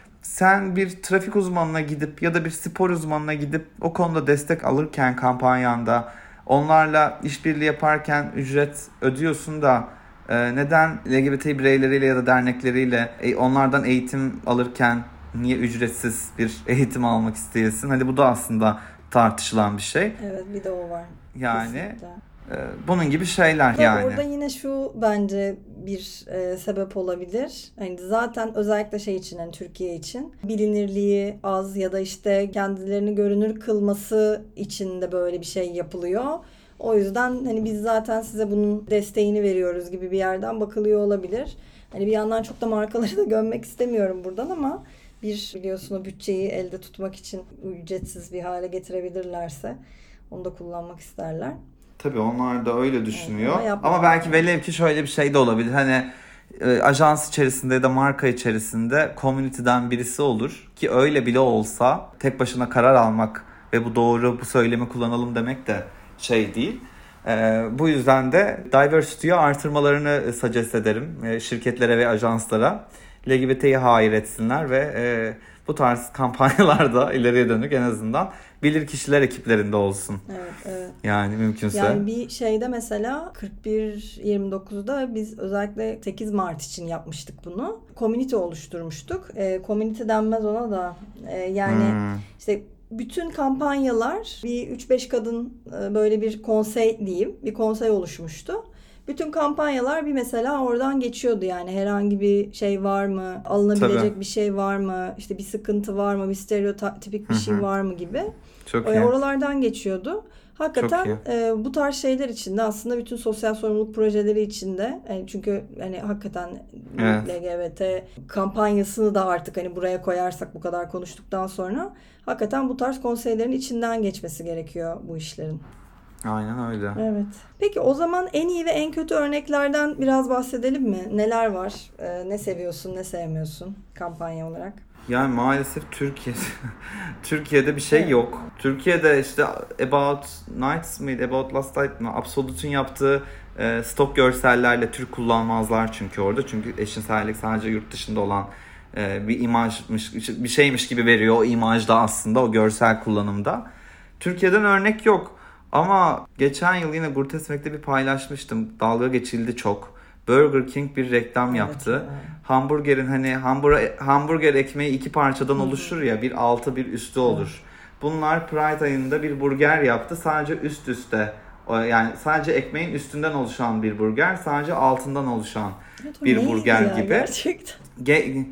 Sen bir trafik uzmanına gidip ya da bir spor uzmanına gidip o konuda destek alırken kampanyanda onlarla işbirliği yaparken ücret ödüyorsun da e, neden L G B T bireyleriyle ya da dernekleriyle e, onlardan eğitim alırken niye ücretsiz bir eğitim almak isteyesin? Hani bu da aslında tartışılan bir şey. Evet, bir de o var. Yani kesinlikle. Bunun gibi şeyler Tabii yani. orada yine şu bence bir e, sebep olabilir. Hani zaten özellikle şey için, hani Türkiye için bilinirliği az ya da işte kendilerini görünür kılması için de böyle bir şey yapılıyor. O yüzden hani biz zaten size bunun desteğini veriyoruz gibi bir yerden bakılıyor olabilir. Hani bir yandan çok da markaları da gömmek istemiyorum buradan ama bir biliyorsun o bütçeyi elde tutmak için ücretsiz bir hale getirebilirlerse onu da kullanmak isterler. Tabii onlar da öyle düşünüyor. Evet, ama, ama belki velev ki şöyle bir şey de olabilir. Hani e, ajans içerisinde ya da marka içerisinde community'den birisi olur ki öyle bile olsa tek başına karar almak ve bu doğru, bu söylemi kullanalım demek de şey değil. E, bu yüzden de diversity'yi artırmalarını suggest ederim e, şirketlere ve ajanslara. L G B T'yi hayır etsinler ve e, bu tarz kampanyalarda ileriye dönük en azından bilir kişiler ekiplerinde olsun. Evet, evet. Yani mümkünse. Yani bir şeyde mesela kırk bir yirmi dokuzda biz özellikle sekiz Mart için yapmıştık bunu. Community oluşturmuştuk. E, community denmez ona da. E, yani hmm. işte bütün kampanyalar bir üç beş kadın e, böyle bir konsey diyeyim. Bir konsey oluşmuştu. Bütün kampanyalar bir mesela oradan geçiyordu yani herhangi bir şey var mı, alınabilecek Tabii. bir şey var mı, işte bir sıkıntı var mı, bir stereotipik bir Hı-hı. şey var mı gibi. Çok iyi. Oralardan geçiyordu. Hakikaten e, bu tarz şeyler içinde aslında bütün sosyal sorumluluk projeleri içinde yani çünkü hani hakikaten evet. L G B T kampanyasını da artık hani buraya koyarsak bu kadar konuştuktan sonra hakikaten bu tarz konseylerin içinden geçmesi gerekiyor bu işlerin. Aynen öyle. Evet. Peki o zaman en iyi ve en kötü örneklerden biraz bahsedelim mi? Neler var? Ee, ne seviyorsun, ne sevmiyorsun kampanya olarak? Yani maalesef Türkiye'de Türkiye'de bir şey evet. yok. Türkiye'de işte About Nights mıydı? About Last Night mı? Absolute'un yaptığı e, stok görsellerle Türk kullanmazlar çünkü orada. Çünkü eşcinsellik sadece yurt dışında olan e, bir imajmış, bir şeymiş gibi veriyor o imajda aslında o görsel kullanımda. Türkiye'den örnek yok. Ama geçen yıl yine Gurtesmek'te bir paylaşmıştım. Dalga geçildi çok. Burger King bir reklam evet, yaptı. Evet. Hamburgerin hani hamburger, hamburger ekmeği iki parçadan Hı-hı. oluşur ya. Bir altı bir üstü olur. Hı. Bunlar Pride ayında bir burger yaptı. Sadece üst üste. Yani sadece ekmeğin üstünden oluşan bir burger. Sadece altından oluşan evet, bir burger ya, gibi. Gerçekten. Gay...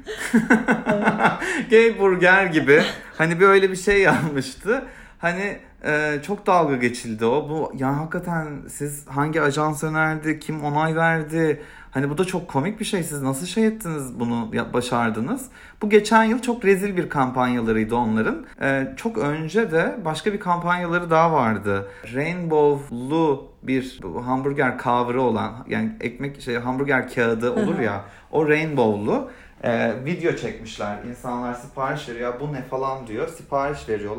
Gay burger gibi. Hani bir öyle bir şey yapmıştı. Hani e, çok dalga geçildi o. Bu yani hakikaten siz hangi ajans önerdi, kim onay verdi? Hani bu da çok komik bir şey. Siz nasıl şey ettiniz bunu başardınız? Bu geçen yıl çok rezil bir kampanyalarıydı onların. E, çok önce de başka bir kampanyaları daha vardı. Rainbow'lu bir hamburger cover'ı olan yani ekmek şey hamburger kağıdı olur ya. O rainbow'lu e, video çekmişler. İnsanlar sipariş veriyor. Bu ne falan diyor. Sipariş veriyorlar.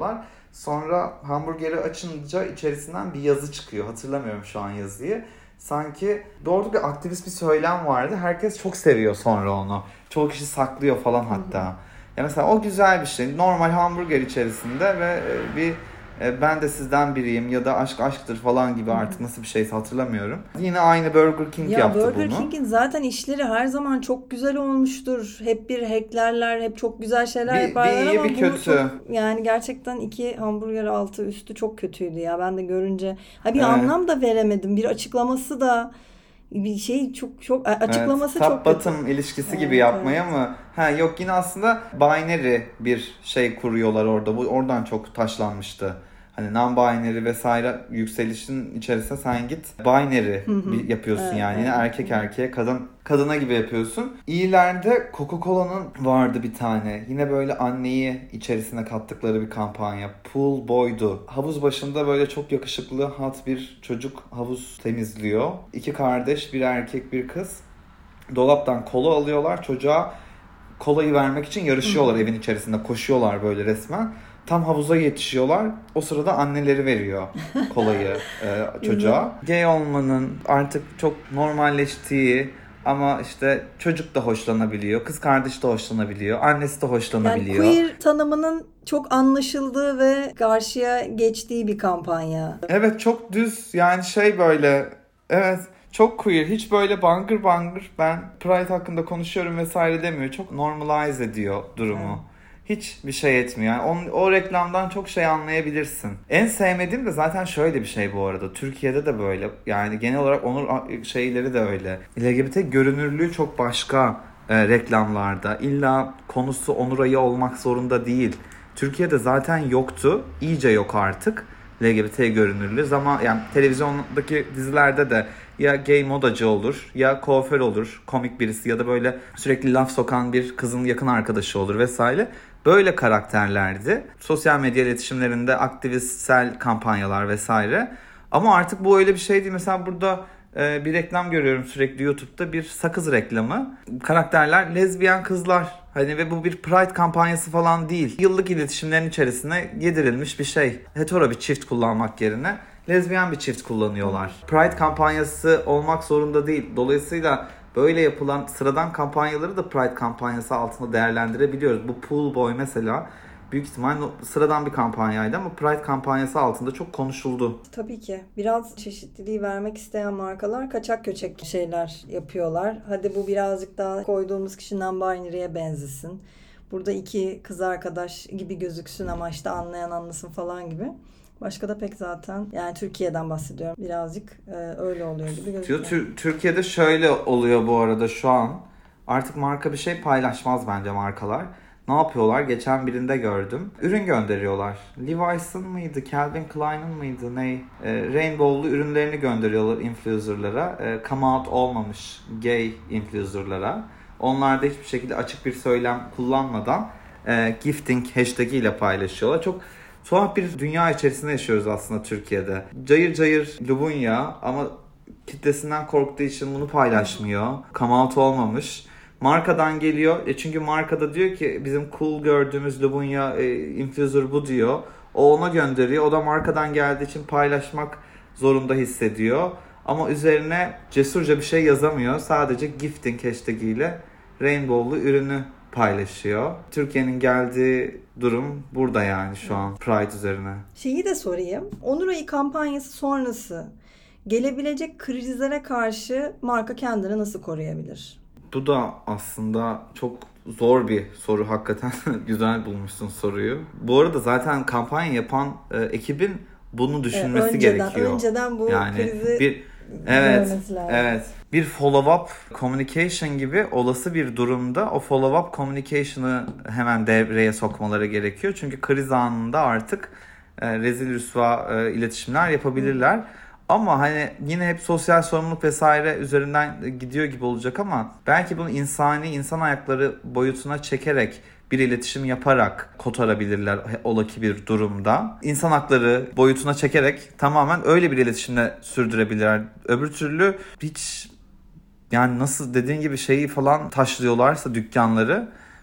Sonra hamburgeri açınca içerisinden bir yazı çıkıyor. Hatırlamıyorum şu an yazıyı. Sanki doğru bir aktivist bir söylem vardı. Herkes çok seviyor sonra onu. Çoğu kişi saklıyor falan hatta. Ya mesela o güzel bir şey. Normal hamburger içerisinde ve bir ben de sizden biriyim ya da aşk aşktır falan gibi artık nasıl bir şeyse hatırlamıyorum. Yine aynı Burger King ya yaptı Burger bunu. Burger King'in zaten işleri her zaman çok güzel olmuştur. Hep bir hacklerler, hep çok güzel şeyler bir, yaparlar bir iyi, ama bir bu kötü. çok, yani gerçekten iki hamburger altı üstü çok kötüydü ya. Ben de görünce ha bir Evet. anlam da veremedim. Bir açıklaması da bir şey çok çok açıklaması evet, çok top kötü. bottom ilişkisi Evet, gibi yapmaya evet. mı? Ha yok, yine aslında binary bir şey kuruyorlar orada. Bu oradan çok taşlanmıştı. Hani non-binary vesaire yükselişin içerisine sen git binary bir yapıyorsun Evet, yani. evet. Yine erkek erkeğe, kadın kadına gibi yapıyorsun. İyilerde Coca-Cola'nın vardı bir tane. Yine böyle anneyi içerisine kattıkları bir kampanya. Pool Boy'du. Havuz başında böyle çok yakışıklı hot bir çocuk havuz temizliyor. İki kardeş, bir erkek bir kız. Dolaptan kola alıyorlar. Çocuğa kolayı vermek için yarışıyorlar evin içerisinde. Koşuyorlar böyle resmen. Tam havuza yetişiyorlar. O sırada anneleri veriyor kolayı e, çocuğa. Gay olmanın artık çok normalleştiği ama işte çocuk da hoşlanabiliyor. Kız kardeş de hoşlanabiliyor. Annesi de hoşlanabiliyor. Yani queer tanımının çok anlaşıldığı ve karşıya geçtiği bir kampanya. Evet, çok düz yani şey böyle. Evet. Çok queer. Hiç böyle bangır bangır ben Pride hakkında konuşuyorum vesaire demiyor. Çok normalize ediyor durumu. Evet. Hiç bir şey etmiyor. Yani o, o reklamdan çok şey anlayabilirsin. En sevmediğim de zaten şöyle bir şey bu arada. Türkiye'de de böyle. Yani genel olarak onur şeyleri de öyle. L G B T görünürlüğü çok başka e, reklamlarda. İlla konusu onur ayı olmak zorunda değil. Türkiye'de zaten yoktu. İyice yok artık. L G B T görünürlüğü. Zaman yani televizyondaki dizilerde de ya gay modacı olur, ya kuaför olur, komik birisi ya da böyle sürekli laf sokan bir kızın yakın arkadaşı olur vesaire. Böyle karakterlerdi. Sosyal medya iletişimlerinde aktivistsel kampanyalar vesaire. Ama artık bu öyle bir şey değil. Mesela burada e, bir reklam görüyorum sürekli YouTube'da, bir sakız reklamı. Karakterler lezbiyen kızlar. Hani ve bu bir Pride kampanyası falan değil. Yıllık iletişimlerin içerisine yedirilmiş bir şey. Hetero bir çift kullanmak yerine lezbiyen bir çift kullanıyorlar. Pride kampanyası olmak zorunda değil. Dolayısıyla böyle yapılan sıradan kampanyaları da Pride kampanyası altında değerlendirebiliyoruz. Bu Pool Boy mesela büyük ihtimal sıradan bir kampanyaydı ama Pride kampanyası altında çok konuşuldu. Tabii ki. Biraz çeşitliliği vermek isteyen markalar kaçak göçek şeyler yapıyorlar. Hadi bu birazcık daha koyduğumuz kişi non-binary'e benzesin. Burada iki kız arkadaş gibi gözüksün ama işte anlayan anlasın falan gibi. Başka da pek zaten, yani Türkiye'den bahsediyorum. Birazcık e, öyle oluyor gibi gözüküyor. Tür- Türkiye'de şöyle oluyor bu arada şu an. Artık marka bir şey paylaşmaz bence markalar. Ne yapıyorlar? Geçen birinde gördüm. Ürün gönderiyorlar. Levi's'ın mıydı? Calvin Klein'ın mıydı? Ne? E, Rainbow'lu ürünlerini gönderiyorlar influencer'lara. E, come out olmamış gay influencer'lara. Onlar da hiçbir şekilde açık bir söylem kullanmadan e, gifting hashtag ile paylaşıyorlar. Çok tuhaf bir dünya içerisinde yaşıyoruz aslında Türkiye'de. Cayır cayır Lubunya ama kitlesinden korktuğu için bunu paylaşmıyor. Come out olmamış. Markadan geliyor. E çünkü markada diyor ki bizim cool gördüğümüz Lubunya e, influencer bu diyor. O ona gönderiyor. O da markadan geldiği için paylaşmak zorunda hissediyor. Ama üzerine cesurca bir şey yazamıyor. Sadece gifting hashtag ile Rainbow'lu ürünü paylaşıyor. Türkiye'nin geldiği durum burada yani şu an Pride üzerine. Şeyi de sorayım. Onur Ayı kampanyası sonrası gelebilecek krizlere karşı marka kendini nasıl koruyabilir? Bu da aslında çok zor bir soru hakikaten. Güzel bulmuşsun soruyu. Bu arada zaten kampanya yapan e, ekibin bunu düşünmesi evet, önceden, gerekiyor. Önceden bu yani krizi bir evet görmesi lazım. evet bir follow-up communication gibi olası bir durumda o follow-up communication'ı hemen devreye sokmaları gerekiyor. Çünkü kriz anında artık e, rezil rüsva e, iletişimler yapabilirler. Hı. Ama hani yine hep sosyal sorumluluk vesaire üzerinden gidiyor gibi olacak ama belki bunu insani, insan ayakları boyutuna çekerek bir iletişim yaparak kotarabilirler olaki bir durumda. İnsan hakları boyutuna çekerek tamamen öyle bir iletişimle sürdürebilirler. Öbür türlü hiç, yani nasıl dediğin gibi şeyi falan taşlıyorlarsa dükkanları,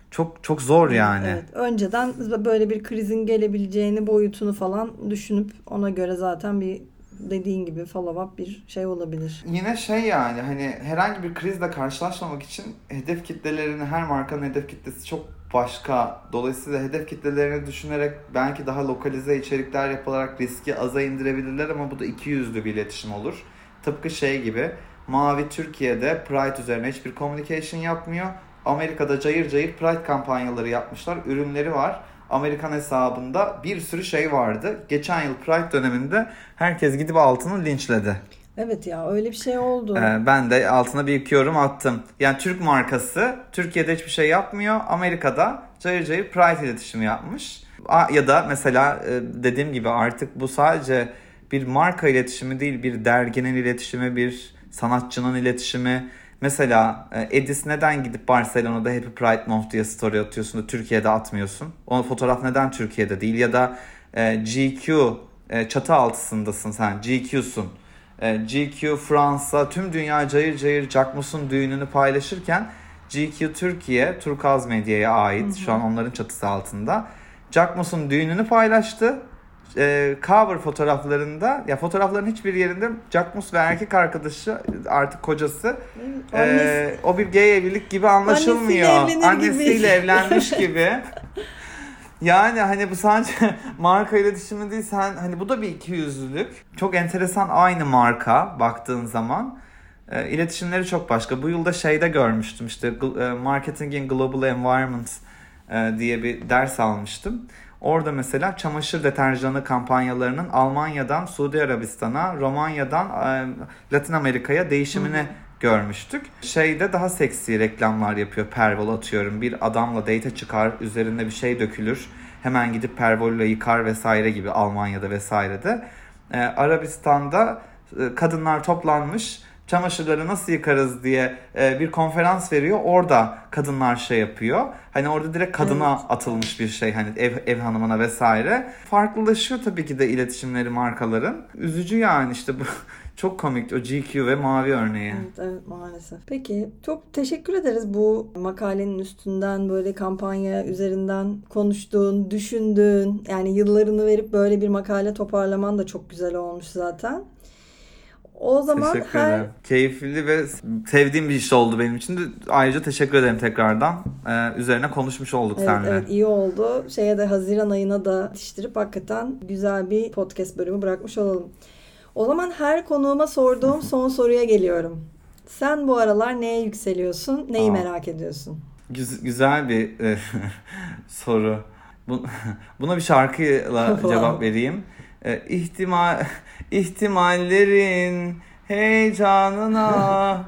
çok çok zor yani. Evet, önceden böyle bir krizin gelebileceğini, boyutunu falan düşünüp ona göre zaten bir dediğin gibi follow up bir şey olabilir. Yine şey yani hani herhangi bir krizle karşılaşmamak için hedef kitlelerini, her markanın hedef kitlesi çok başka. Dolayısıyla hedef kitlelerini düşünerek belki daha lokalize içerikler yapılarak riski aza indirebilirler ama bu da iki yüzlü bir iletişim olur. Tıpkı şey gibi, Mavi Türkiye'de Pride üzerine hiçbir communication yapmıyor. Amerika'da cayır cayır Pride kampanyaları yapmışlar. Ürünleri var. Amerikan hesabında bir sürü şey vardı. Geçen yıl Pride döneminde herkes gidip altını linçledi. Evet ya, öyle bir şey oldu. Ee, ben de altına bir iki yorum attım. Yani Türk markası Türkiye'de hiçbir şey yapmıyor. Amerika'da cayır cayır Pride iletişimi yapmış. Ya da mesela dediğim gibi artık bu sadece bir marka iletişimi değil, bir derginin iletişimi, bir sanatçının iletişimi. Mesela Edis neden gidip Barcelona'da Happy Pride Month diye story atıyorsun da Türkiye'de atmıyorsun? O fotoğraf neden Türkiye'de değil? Ya da G Q çatı altısındasın sen, G Q'sun. G Q Fransa, tüm dünya cayır cayır Jacquemus'un düğününü paylaşırken G Q Türkiye, Turkuaz Medya'ya ait, hı hı. Şu an onların çatısı altında. Jacquemus'un düğününü paylaştı. E, cover fotoğraflarında, ya fotoğrafların hiçbir yerinde Jacquemus ve erkek arkadaşı, artık kocası, e, o bir gay evlilik gibi anlaşılmıyor. Annesiyle, Annesiyle gibi. evlenmiş gibi. Yani hani bu sadece marka iletişimi değil, sen hani bu da bir ikiyüzlülük. Çok enteresan, aynı marka baktığın zaman e, iletişimleri çok başka. Bu yılda şeyde görmüştüm, işte e, Marketing in Global Environment e, diye bir ders almıştım. Orada mesela çamaşır deterjanı kampanyalarının Almanya'dan Suudi Arabistan'a, Romanya'dan e, Latin Amerika'ya değişimini Hı-hı. görmüştük. Şeyde daha seksi reklamlar yapıyor Pervol, atıyorum. Bir adamla date çıkar, üzerinde bir şey dökülür. Hemen gidip Pervol'la yıkar vesaire gibi, Almanya'da vesairede. Ee, Arabistan'da e, kadınlar toplanmış, çamaşırları nasıl yıkarız diye e, bir konferans veriyor. Orada kadınlar şey yapıyor. Hani orada direkt kadına evet. atılmış bir şey. Hani ev, ev hanımına vesaire. Farklılaşıyor tabii ki de iletişimleri markaların. Üzücü yani işte bu. Çok komik o G Q ve Mavi örneği. Evet, evet maalesef. Peki çok teşekkür ederiz bu makalenin üstünden, böyle kampanya üzerinden konuştuğun, düşündüğün, yani yıllarını verip böyle bir makale toparlaman da çok güzel olmuş zaten. O zaman teşekkür her... ederim. Keyifli ve sevdiğim bir iş oldu benim için de. Ayrıca teşekkür ederim tekrardan. Ee, üzerine konuşmuş olduk evet, seninle. Evet, iyi oldu. Şeye de Haziran ayına da yetiştirip hakikaten güzel bir podcast bölümü bırakmış olalım. O zaman her konuğuma sorduğum son soruya geliyorum. Sen bu aralar neye yükseliyorsun? Neyi Aa, merak ediyorsun? Güz- güzel bir e, soru. Bu, buna bir şarkıyla cevap vereyim. E, ihtimal ihtimallerin heyecanına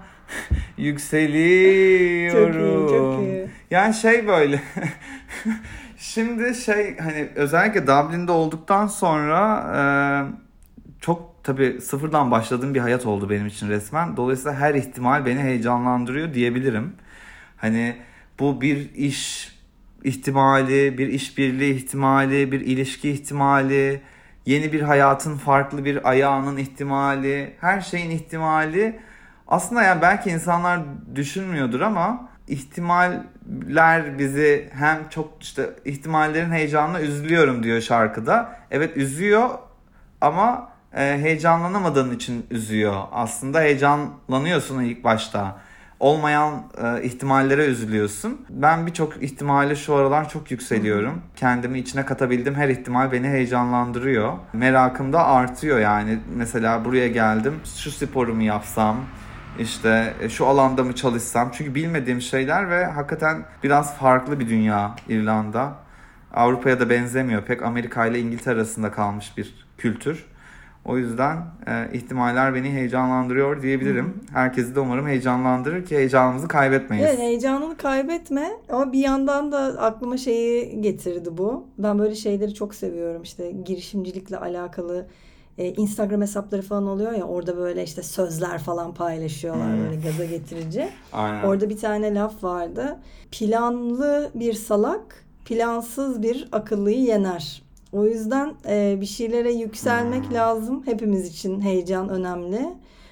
yükseliyorum. Çok iyi, çok iyi. Yani şey böyle. Şimdi şey, hani özellikle Dublin'de olduktan sonra e, çok tabii sıfırdan başladığım bir hayat oldu benim için resmen. Dolayısıyla her ihtimal beni heyecanlandırıyor diyebilirim. Hani bu bir iş ihtimali, bir işbirliği ihtimali, bir ilişki ihtimali, yeni bir hayatın farklı bir ayağının ihtimali, her şeyin ihtimali. Aslında yani belki insanlar düşünmüyordur ama ihtimaller bizi hem çok, işte ihtimallerin heyecanına üzülüyorum diyor şarkıda. Evet üzüyor ama e, heyecanlanamadığın için üzüyor. Aslında heyecanlanıyorsun ilk başta. Olmayan e, ihtimallere üzülüyorsun. Ben birçok ihtimali şu aralar çok yükseliyorum. Hı-hı. Kendimi içine katabildim. Her ihtimal beni heyecanlandırıyor. Merakım da artıyor yani. Mesela buraya geldim. Şu sporumu yapsam, işte şu alanda mı çalışsam? Çünkü bilmediğim şeyler ve hakikaten biraz farklı bir dünya İrlanda. Avrupa'ya da benzemiyor. Pek Amerika ile İngiltere arasında kalmış bir kültür. O yüzden e, ihtimaller beni heyecanlandırıyor diyebilirim. Hı-hı. Herkesi de umarım heyecanlandırır ki heyecanımızı kaybetmeyiz. Evet, heyecanını kaybetme ama bir yandan da aklıma şeyi getirdi bu. Ben böyle şeyleri çok seviyorum. İşte girişimcilikle alakalı e, Instagram hesapları falan oluyor ya, orada böyle işte sözler falan paylaşıyorlar, hmm. böyle gaza getirici. Aynen. Orada bir tane laf vardı. Planlı bir salak, plansız bir akıllıyı yener. O yüzden e, bir şeylere yükselmek hmm. lazım. Hepimiz için heyecan önemli.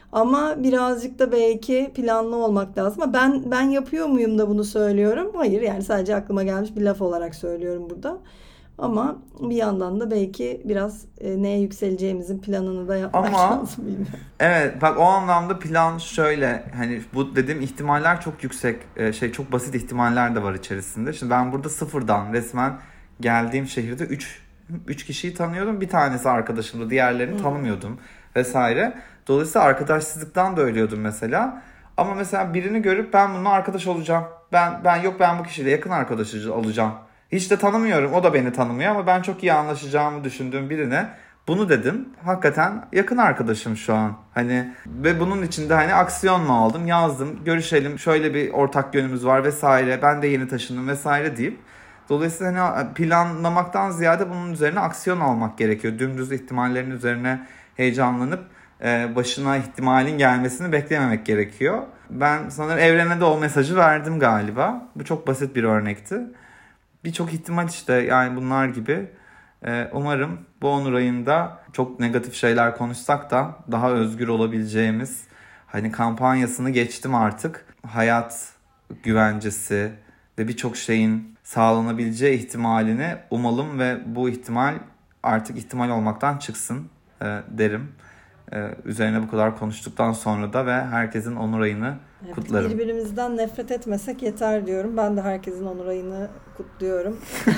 Ama birazcık da belki planlı olmak lazım. Ama ben ben yapıyor muyum da bunu söylüyorum? Hayır, yani sadece aklıma gelmiş bir laf olarak söylüyorum burada. Ama bir yandan da belki biraz e, neye yükseleceğimizin planını da yapmak Ama lazım, bilmiyorum. evet, bak o anlamda plan şöyle, hani bu dediğim ihtimaller çok yüksek, e, şey çok basit ihtimaller de var içerisinde. Şimdi ben burada sıfırdan resmen geldiğim şehirde üç üç kişiyi tanıyordum. Bir tanesi arkadaşımdı, diğerlerini Hmm. tanımıyordum vesaire. Dolayısıyla arkadaşsızlıktan da ölüyordum mesela. Ama mesela birini görüp ben bununla arkadaş olacağım. Ben ben yok ben bu kişiyle yakın arkadaş olacağım. Hiç de tanımıyorum. O da beni tanımıyor ama ben çok iyi anlaşacağımı düşündüğüm birine bunu dedim. Hakikaten yakın arkadaşım şu an. Hani ve bunun içinde hani aksiyon mu aldım? Yazdım. Görüşelim. Şöyle bir ortak yönümüz var vesaire. Ben de yeni taşındım vesaire deyip. Dolayısıyla hani planlamaktan ziyade bunun üzerine aksiyon almak gerekiyor. Dümdüz ihtimallerin üzerine heyecanlanıp başına ihtimalin gelmesini beklememek gerekiyor. Ben sanırım evrene de o mesajı verdim galiba. Bu çok basit bir örnekti. Birçok ihtimal işte, yani bunlar gibi. Umarım bu Onur ayında çok negatif şeyler konuşsak da daha özgür olabileceğimiz, hani kampanyasını geçtim artık, hayat güvencesi ve birçok şeyin sağlanabileceği ihtimalini umalım ve bu ihtimal artık ihtimal olmaktan çıksın derim. Üzerine bu kadar konuştuktan sonra da ve herkesin Onur ayını Evet, kutlarım. birbirimizden nefret etmesek yeter diyorum. Ben de herkesin Onur ayını kutluyorum.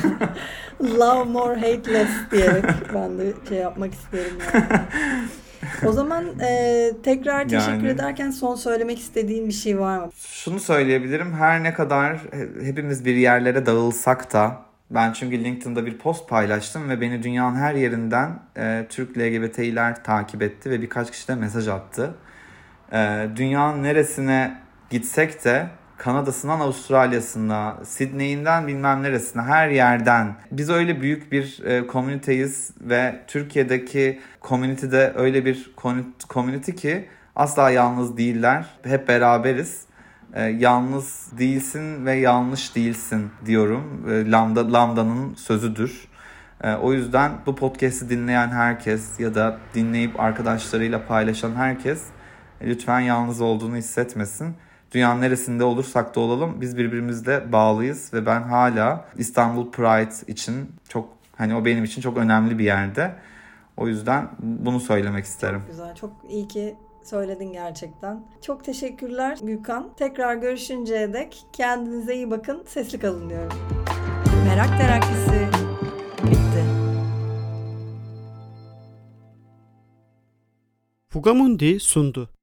Love more, hate less diyerek ben de şey yapmak isterim yani. O zaman e, tekrar teşekkür Yani, ederken son söylemek istediğin bir şey var mı? Şunu söyleyebilirim. Her ne kadar hepimiz bir yerlere dağılsak da, ben çünkü LinkedIn'da bir post paylaştım ve beni dünyanın her yerinden e, Türk L G B T'liler takip etti ve birkaç kişi de mesaj attı. E, dünyanın neresine gitsek de, Kanada'sından Avustralya'sına, Sydney'inden bilmem neresine, her yerden biz öyle büyük bir e, komüniteyiz ve Türkiye'deki komünitede öyle bir komünite ki asla yalnız değiller. Hep beraberiz. E, yalnız değilsin ve yanlış değilsin diyorum. E, Lambda, Lambda'nın sözüdür. E, o yüzden bu podcast'i dinleyen herkes ya da dinleyip arkadaşlarıyla paylaşan herkes e, lütfen yalnız olduğunu hissetmesin. Dünyanın neresinde olursak da olalım biz birbirimizle bağlıyız ve ben hala İstanbul Pride için çok, hani o benim için çok önemli bir yerde. O yüzden bunu söylemek isterim. Çok güzel, çok iyi ki söyledin gerçekten. Çok teşekkürler Gülkan. Tekrar görüşünceye dek kendinize iyi bakın, sesli kalın diyorum. Merak Terakisi bitti. Fugamundi sundu.